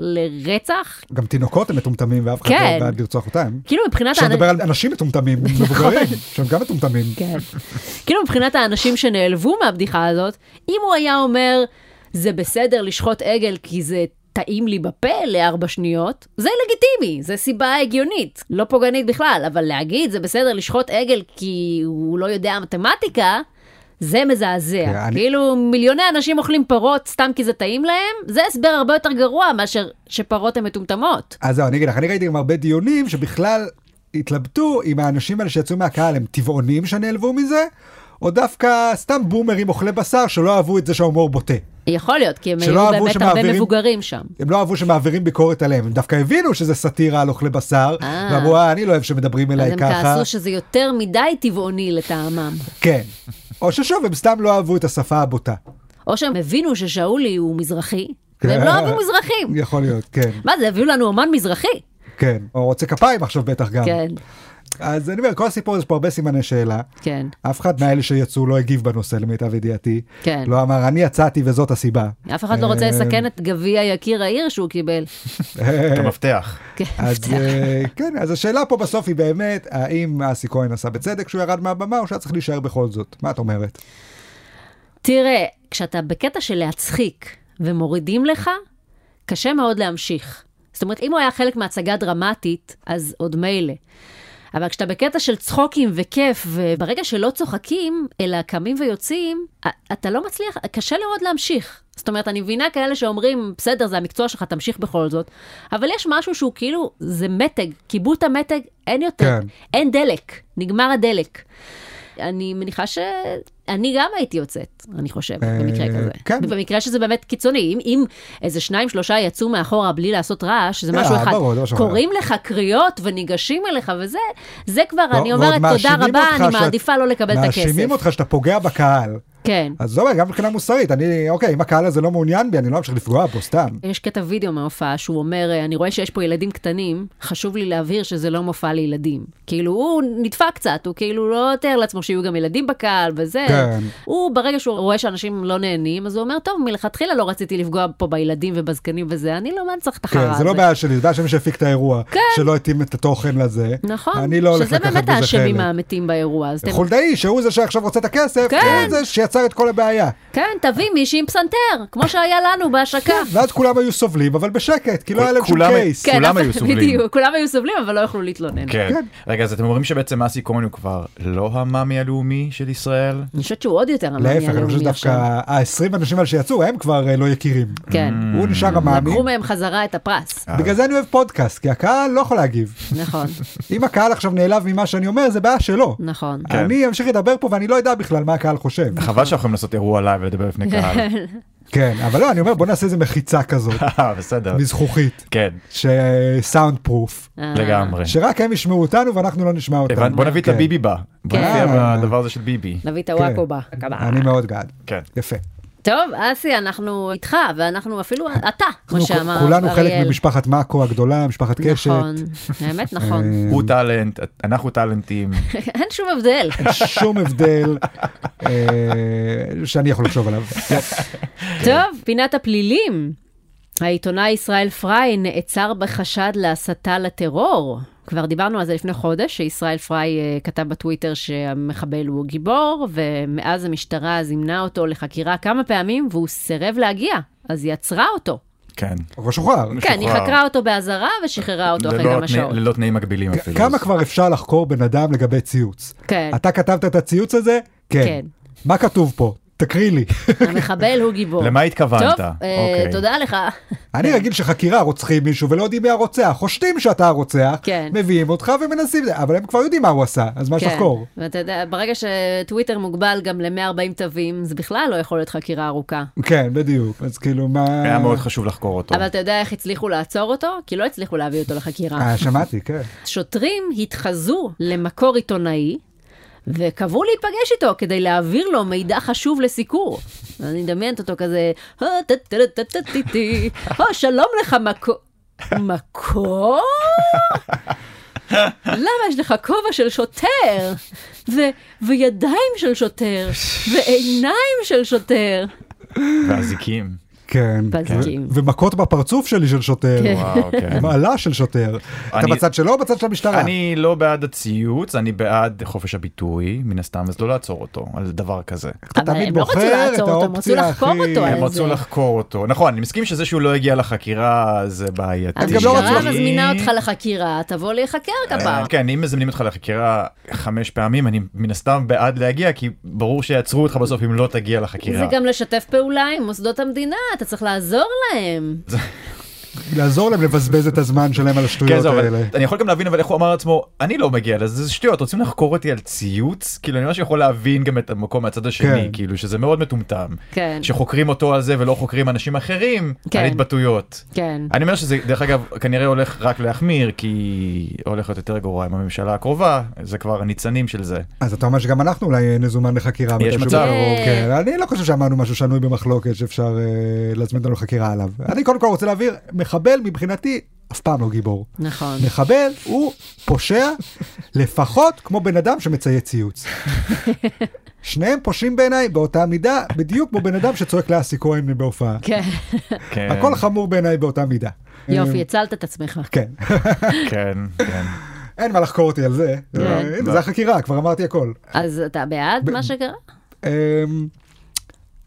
לרצח? גם תינוקות הם מטומטמים ואף אחד לא בעד לרצוח אותם. כאילו מבחינת... כשנדבר על אנשים מטומטמים, מבוגרים, שהם גם מטומטמים. כן. כאילו מבחינת האנשים שנעלבו מהבדיחה הזאת, אם הוא היה אומר, זה בסדר לשחוט עגל כי זה טעים לי בפה ל4 שניות, זה לגיטימי, זה סיבה הגיונית, לא פוגענית בכלל, אבל להגיד זה בסדר לשחוט עגל כי הוא לא יודע מתמטיקה, זה מזעזע. כאילו מיליוני אנשים אוכלים פרות סתם כי זה טעים להם, זה הסבר הרבה יותר גרוע מאשר שפרות הן מטומטמות. אז זהו, אני אגיד לך, אני ראיתי גם הרבה דיונים שבכלל התלבטו אם האנשים האלה שיצאו מהקהל הם טבעונים שנעלבו מזה, או דווקא סתם בומרים אוכלי בשר שלא אהבו את זה שההומור בוטה. יכול להיות, כי הם היו באמת הרבה מבוגרים שם. הם לא אהבו שמעבירים ביקורת עליהם, הם דווקא הבינו שזה סאטירה על אוכלי בשר, ואמרו, אני לא אוהב שמדברים אליי ככה. אז הם כעסו שזה יותר מדי טבעוני לטעמם. כן. או ששוב, הם סתם לא אהבו את השפה הבוטה. או שהם הבינו ששאולי הוא מזרחי, והם לא אוהבים מזרחים. יכול להיות, כן. מה זה, הביאו לנו אומן מזרחי? כן, או רוצה כפיים עכשיו בטח גם. כן. אז אני אומר, כל הסיפור יש פה הרבה סימני שאלה. כן. אף אחד מהאלה שיצאו לא הגיב בנושא למיטב ידיעתי. כן. לא אמר, אני יצאתי וזאת הסיבה. אף אחד לא רוצה לסכן את גביע יקיר העיר שהוא קיבל. את המפתח. אז כן, אז השאלה פה בסוף היא באמת, האם אסי כהן עשה בצדק שהוא ירד מהבמה, או שהיה צריך להישאר בכל זאת? מה את אומרת? תראה, כשאתה בקטע של להצחיק ומורידים לך, קשה מאוד להמשיך. זאת אומרת, אם הוא היה חלק מהצגה דרמטית, אז עוד מילא. אבל כשאתה בקטע של צחוקים וכיף, וברגע שלא צוחקים, אלא קמים ויוצאים, אתה לא מצליח, קשה לראות להמשיך. זאת אומרת, אני מבינה כאלה שאומרים, בסדר, זה המקצוע שלך, תמשיך בכל זאת, אבל יש משהו שהוא כאילו, זה מתג, קיבוט המתג, אין יותר, כן. אין דלק, נגמר הדלק. אני מניחה שאני גם הייתי יוצאת, אני חושב, במקרה כזה. כן. במקרה שזה באמת קיצוני. אם איזה 2-3 יצאו מאחורה בלי לעשות רעש, זה משהו אחד. קוראים לך קריאות וניגשים אליך וזה, זה כבר, אני אומרת, תודה רבה, אני מעדיפה לא לקבל את הכסף. מאשימים אותך שאתה פוגע בקהל. כן. אז זה אומר, גם מבחינה מוסרית, אוקיי, אם הקהל הזה לא מעוניין בי, אני לא אמשיך לפגוע פה, סתם. יש קטע וידאו מההופעה שהוא אומר, אני רואה שיש פה ילדים קטנים, חשוב לי להבהיר שזה לא מופע לילדים. כאילו, הוא נדפק קצת, הוא כאילו לא תאר לעצמו שיהיו גם ילדים בקהל וזה. כן. הוא, ברגע שהוא רואה שאנשים לא נהנים, אז הוא אומר, טוב, מלכתחילה לא רציתי לפגוע פה בילדים ובזקנים וזה, אני לא צריך את החרא הזה. כן, זה לא בעיה שלי, זה בעיה שמי שהפיק את האירוע, שלא התאים את התוכן לזה. נכון, אני לא הולך שזה לקחת באמת בזה האשמים חלק. האמיתיים באירוע. חולדאי, שהוא זה שעכשיו רוצה את הכסף, כן. הוא זה שיצר את כל הבעיה. כן, תביא מישהי עם פסנתר, כמו שהיה לנו בהשקה. ואז כולם היו סובלים, אבל בשקט, כי לא היה להם שום קייס. כולם היו סובלים. בדיוק, כולם היו סובלים, אבל לא יכלו להתלונן. כן. רגע, אז אתם אומרים שבעצם אסי כהן הוא כבר לא המאמי הלאומי של ישראל? אני חושבת שהוא עוד יותר המאמי להפך, אני חושב הלאומי עכשיו. שדווקא ה-20 אנשים על שיצאו, הם כבר לא יכירים. כן. הוא נשאר המאמי. לקחו מהם חזרה את הפרס. בגלל זה אני אוהב פודקאסט, כי הקהל לא יכול להגיב. נכון, אם הקהל עכשיו נעלב ממה שאני אומר, זה בעיה שלו. נכון. אני אמשיך לדבר פה ואני לא יודע בכלל מה הקהל חושב. חבל שאנחנו יכולים לעשות אירוע לייב ולדבר לפני קהל. כן, אבל לא, אני אומר, בוא נעשה איזה מחיצה כזאת, בסדר. מזכוכית, כן, שסאונד פרוף, לגמרי. שרק הם ישמעו אותנו ואנחנו לא נשמע אותם. בוא נביא את הביבי בה. בוא נופיע בדבר הזה של ביבי. נביא את הוואקו בה. אני מאוד גד. כן. יפה. טוב, אסי, אנחנו איתך, ואנחנו אפילו אתה, כמו שאמר אריאל. כולנו חלק ממשפחת מאקו הגדולה, משפחת קשת. נכון, האמת נכון. הוא טלנט, אנחנו טלנטים. אין שום הבדל. אין שום הבדל שאני יכול לחשוב עליו. טוב, פינת הפלילים. העיתונאי ישראל פריי נעצר בחשד להסתה לטרור. כבר דיברנו על זה לפני חודש, שישראל פריי כתב בטוויטר שהמחבל הוא גיבור, ומאז המשטרה זימנה אותו לחקירה כמה פעמים, והוא סירב להגיע, אז היא עצרה אותו. כן. הוא שוחרר. כן, היא חקרה אותו באזהרה ושחררה אותו אחרי כמה שעות. ללא תנאים מגבילים אפילו. כמה כבר אפשר לחקור בן אדם לגבי ציוץ? כן. אתה כתבת את הציוץ הזה? כן. מה כתוב פה? תקריא לי. המחבל הוא גיבור. למה התכוונת? טוב, תודה לך. אני רגיל שחקירה רוצחים מישהו ולא יודעים מי הרוצח. חושדים שאתה הרוצח, מביאים אותך ומנסים, אבל הם כבר יודעים מה הוא עשה, אז מה שחקור? ואתה יודע, ברגע שטוויטר מוגבל גם ל-140 תווים, זה בכלל לא יכול להיות חקירה ארוכה. כן, בדיוק. אז כאילו מה... היה מאוד חשוב לחקור אותו. אבל אתה יודע איך הצליחו לעצור אותו? כי לא הצליחו להביא אותו לחקירה. שמעתי, כן. שוטרים התחזו למקור עיתונאי, וקבעו להיפגש איתו כדי להעביר לו מידע חשוב לסיקור. אני מדמיינת אותו כזה, שלום לך מקור. מקור? למה יש לך כובע של שוטר? וידיים של שוטר? ועיניים של שוטר? והזיקים. כן, ומכות בפרצוף שלי של שוטר, מעלה של שוטר. אתה בצד שלו או בצד של המשטרה? אני לא בעד הציוץ, אני בעד חופש הביטוי, מן הסתם, אז לא לעצור אותו על דבר כזה. אתה תמיד בוחר את האופציה הכי... הם רצו לחקור אותו. נכון, אני מסכים שזה שהוא לא הגיע לחקירה, זה בעייתי. המשטרה מזמינה אותך לחקירה, תבוא להיחקר כבר. כן, אם מזמינים אותך לחקירה 5 פעמים, אני מן הסתם בעד להגיע, כי ברור שיעצרו אותך בסוף אם לא תגיע לחקירה. זה גם לשתף פעולה עם מוסדות המדינה, אתה צריך לעזור להם. לעזור להם לבזבז את הזמן שלהם על השטויות האלה. אני יכול גם להבין, אבל איך הוא אמר לעצמו, אני לא מגיע לזה, זה שטויות, רוצים לחקור אותי על ציוץ? כאילו, אני ממש יכול להבין גם את המקום מהצד השני, כאילו, שזה מאוד מטומטם. שחוקרים אותו על זה ולא חוקרים אנשים אחרים על התבטאויות. אני אומר שזה, דרך אגב, כנראה הולך רק להחמיר, כי הולך להיות יותר גרוע עם הממשלה הקרובה, זה כבר הניצנים של זה. אז אתה אומר שגם אנחנו אולי נזומן לחקירה. יש מצב. אני לא חושב שאמרנו משהו שנוי במחלוקת שאפשר להזמין אותנו לחקירה עליו. אני קודם כל רוצה להעביר, מחבל מבחינתי אף פעם לא גיבור. נכון. מחבל הוא פושע לפחות כמו בן אדם שמציית ציוץ. שניהם פושעים בעיניי באותה מידה, בדיוק כמו בן אדם שצועק לאסי כהן בהופעה. כן. הכל חמור בעיניי באותה מידה. יופי, הצלת את עצמך. כן. כן, כן. אין מה לחקור אותי על זה. זה החקירה, כבר אמרתי הכל. אז אתה בעד מה שקרה?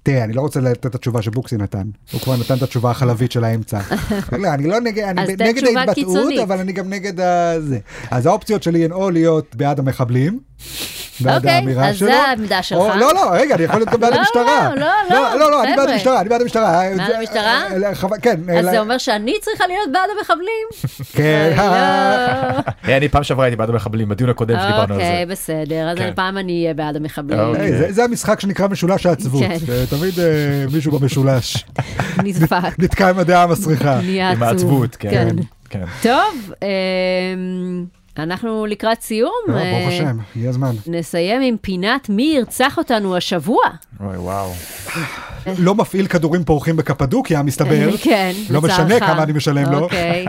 תראה, אני לא רוצה לתת את התשובה שבוקסי נתן. הוא כבר נתן את התשובה החלבית של האמצע. אני לא נגד, אני נגד ההתבטאות, אבל אני גם נגד זה. אז האופציות שלי הן או להיות בעד המחבלים, בעד האמירה שלו. אוקיי, אז זה העמדה שלך. לא, רגע, אני יכול להיות גם בעד המשטרה. לא, אני בעד המשטרה, בעד המשטרה? כן. אז זה אומר שאני צריכה להיות בעד המחבלים? כן. אני פעם שעברה הייתי בעד המחבלים, בדיון הקודם שדיברנו על זה. אוקיי, בסדר, אז פעם אני אהיה בעד המחבלים. זה המשחק שנקרא משולש העצבות. תמיד מישהו במשולש. נתקע עם הדעה המסריחה. עם העצבות, כן. טוב, אנחנו לקראת סיום. ברוך השם, יהיה זמן. נסיים עם פינת מי ירצח אותנו השבוע. וואו. לא מפעיל כדורים פורחים בקפדוקיה, מסתבר. כן, לא משנה כמה אני משלם לו. אוקיי.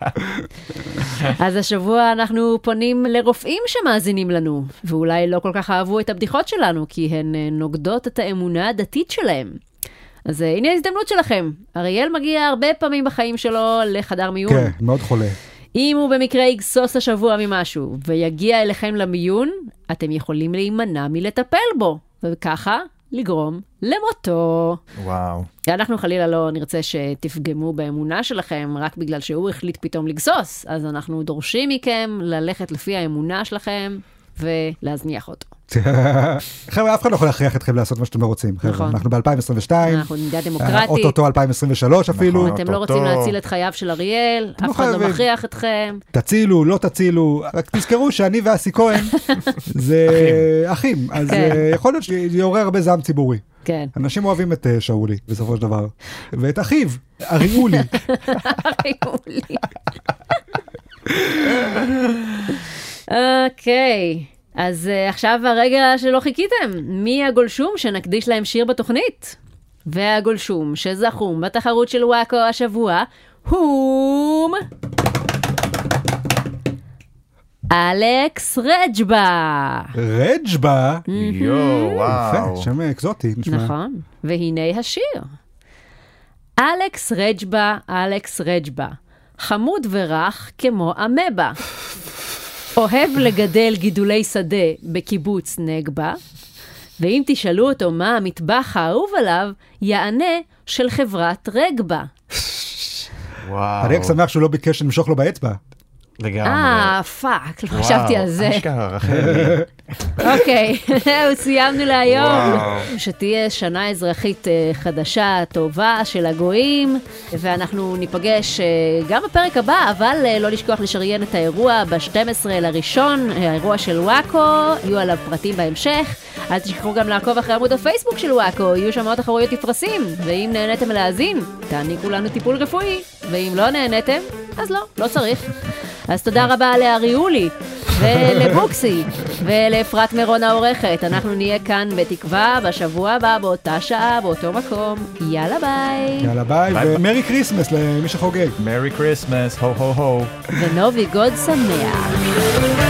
אז השבוע אנחנו פונים לרופאים שמאזינים לנו, ואולי לא כל כך אהבו את הבדיחות שלנו, כי הן נוגדות את האמונה הדתית שלהם. אז הנה ההזדמנות שלכם. אריאל מגיע הרבה פעמים בחיים שלו לחדר מיון. כן, מאוד חולה. אם הוא במקרה יגסוס השבוע ממשהו ויגיע אליכם למיון, אתם יכולים להימנע מלטפל בו, וככה לגרום למותו. וואו. אנחנו חלילה לא נרצה שתפגמו באמונה שלכם רק בגלל שהוא החליט פתאום לגסוס, אז אנחנו דורשים מכם ללכת לפי האמונה שלכם ולהזניח אותו. חבר'ה, אף אחד לא יכול להכריח אתכם לעשות מה שאתם לא רוצים. אנחנו ב-2022. אנחנו מדינה דמוקרטית. אוטוטו 2023 אפילו. אתם לא רוצים להציל את חייו של אריאל, אף אחד לא מכריח אתכם. תצילו, לא תצילו. רק תזכרו שאני ואסי כהן זה אחים. אז יכול להיות שזה יעורר הרבה זעם ציבורי. כן. אנשים אוהבים את שאולי בסופו של דבר. ואת אחיו, אריאולי. אריאולי. אוקיי. אז עכשיו הרגע שלא חיכיתם, מי הגולשום שנקדיש להם שיר בתוכנית? והגולשום שזכום בתחרות של וואקו השבוע, הום אלכס רג'בה. רג'בה? וואו. יפה, שם אקזוטי. נכון, והנה השיר. אלכס רג'בה, חמוד ורח כמו אמבה. אוהב לגדל גידולי שדה בקיבוץ נגבה, ואם תשאלו אותו מה המטבח האהוב עליו, יענה של חברת רגבה. וואו. אני רק שמח שהוא לא ביקש למשוך לו באצבע. לגמרי. פאק, לא חשבתי על זה. אשכרה, רחלי. אוקיי, סיימנו להיום. שתהיה שנה אזרחית חדשה, טובה, של הגויים, ואנחנו ניפגש גם בפרק הבא, אבל לא לשכוח לשריין את האירוע ב-12 לראשון, האירוע של וואקו, יהיו עליו פרטים בהמשך. אל תשכחו גם לעקוב אחרי עמוד הפייסבוק של וואקו, יהיו שם עוד תחרויות ופרסים, ואם נהניתם להאזין, תעניקו לנו טיפול רפואי, ואם לא נהניתם, אז לא צריך. אז תודה רבה לאריאולי, ולבוקסי, ולאפרת מירון העורכת. אנחנו נהיה כאן בתקווה בשבוע הבא, באותה שעה, באותו מקום. יאללה ביי. יאללה ביי, ומרי קריסמס למי שחוגג. מרי קריסמס, הו הו הו. ונובי גוד שמח.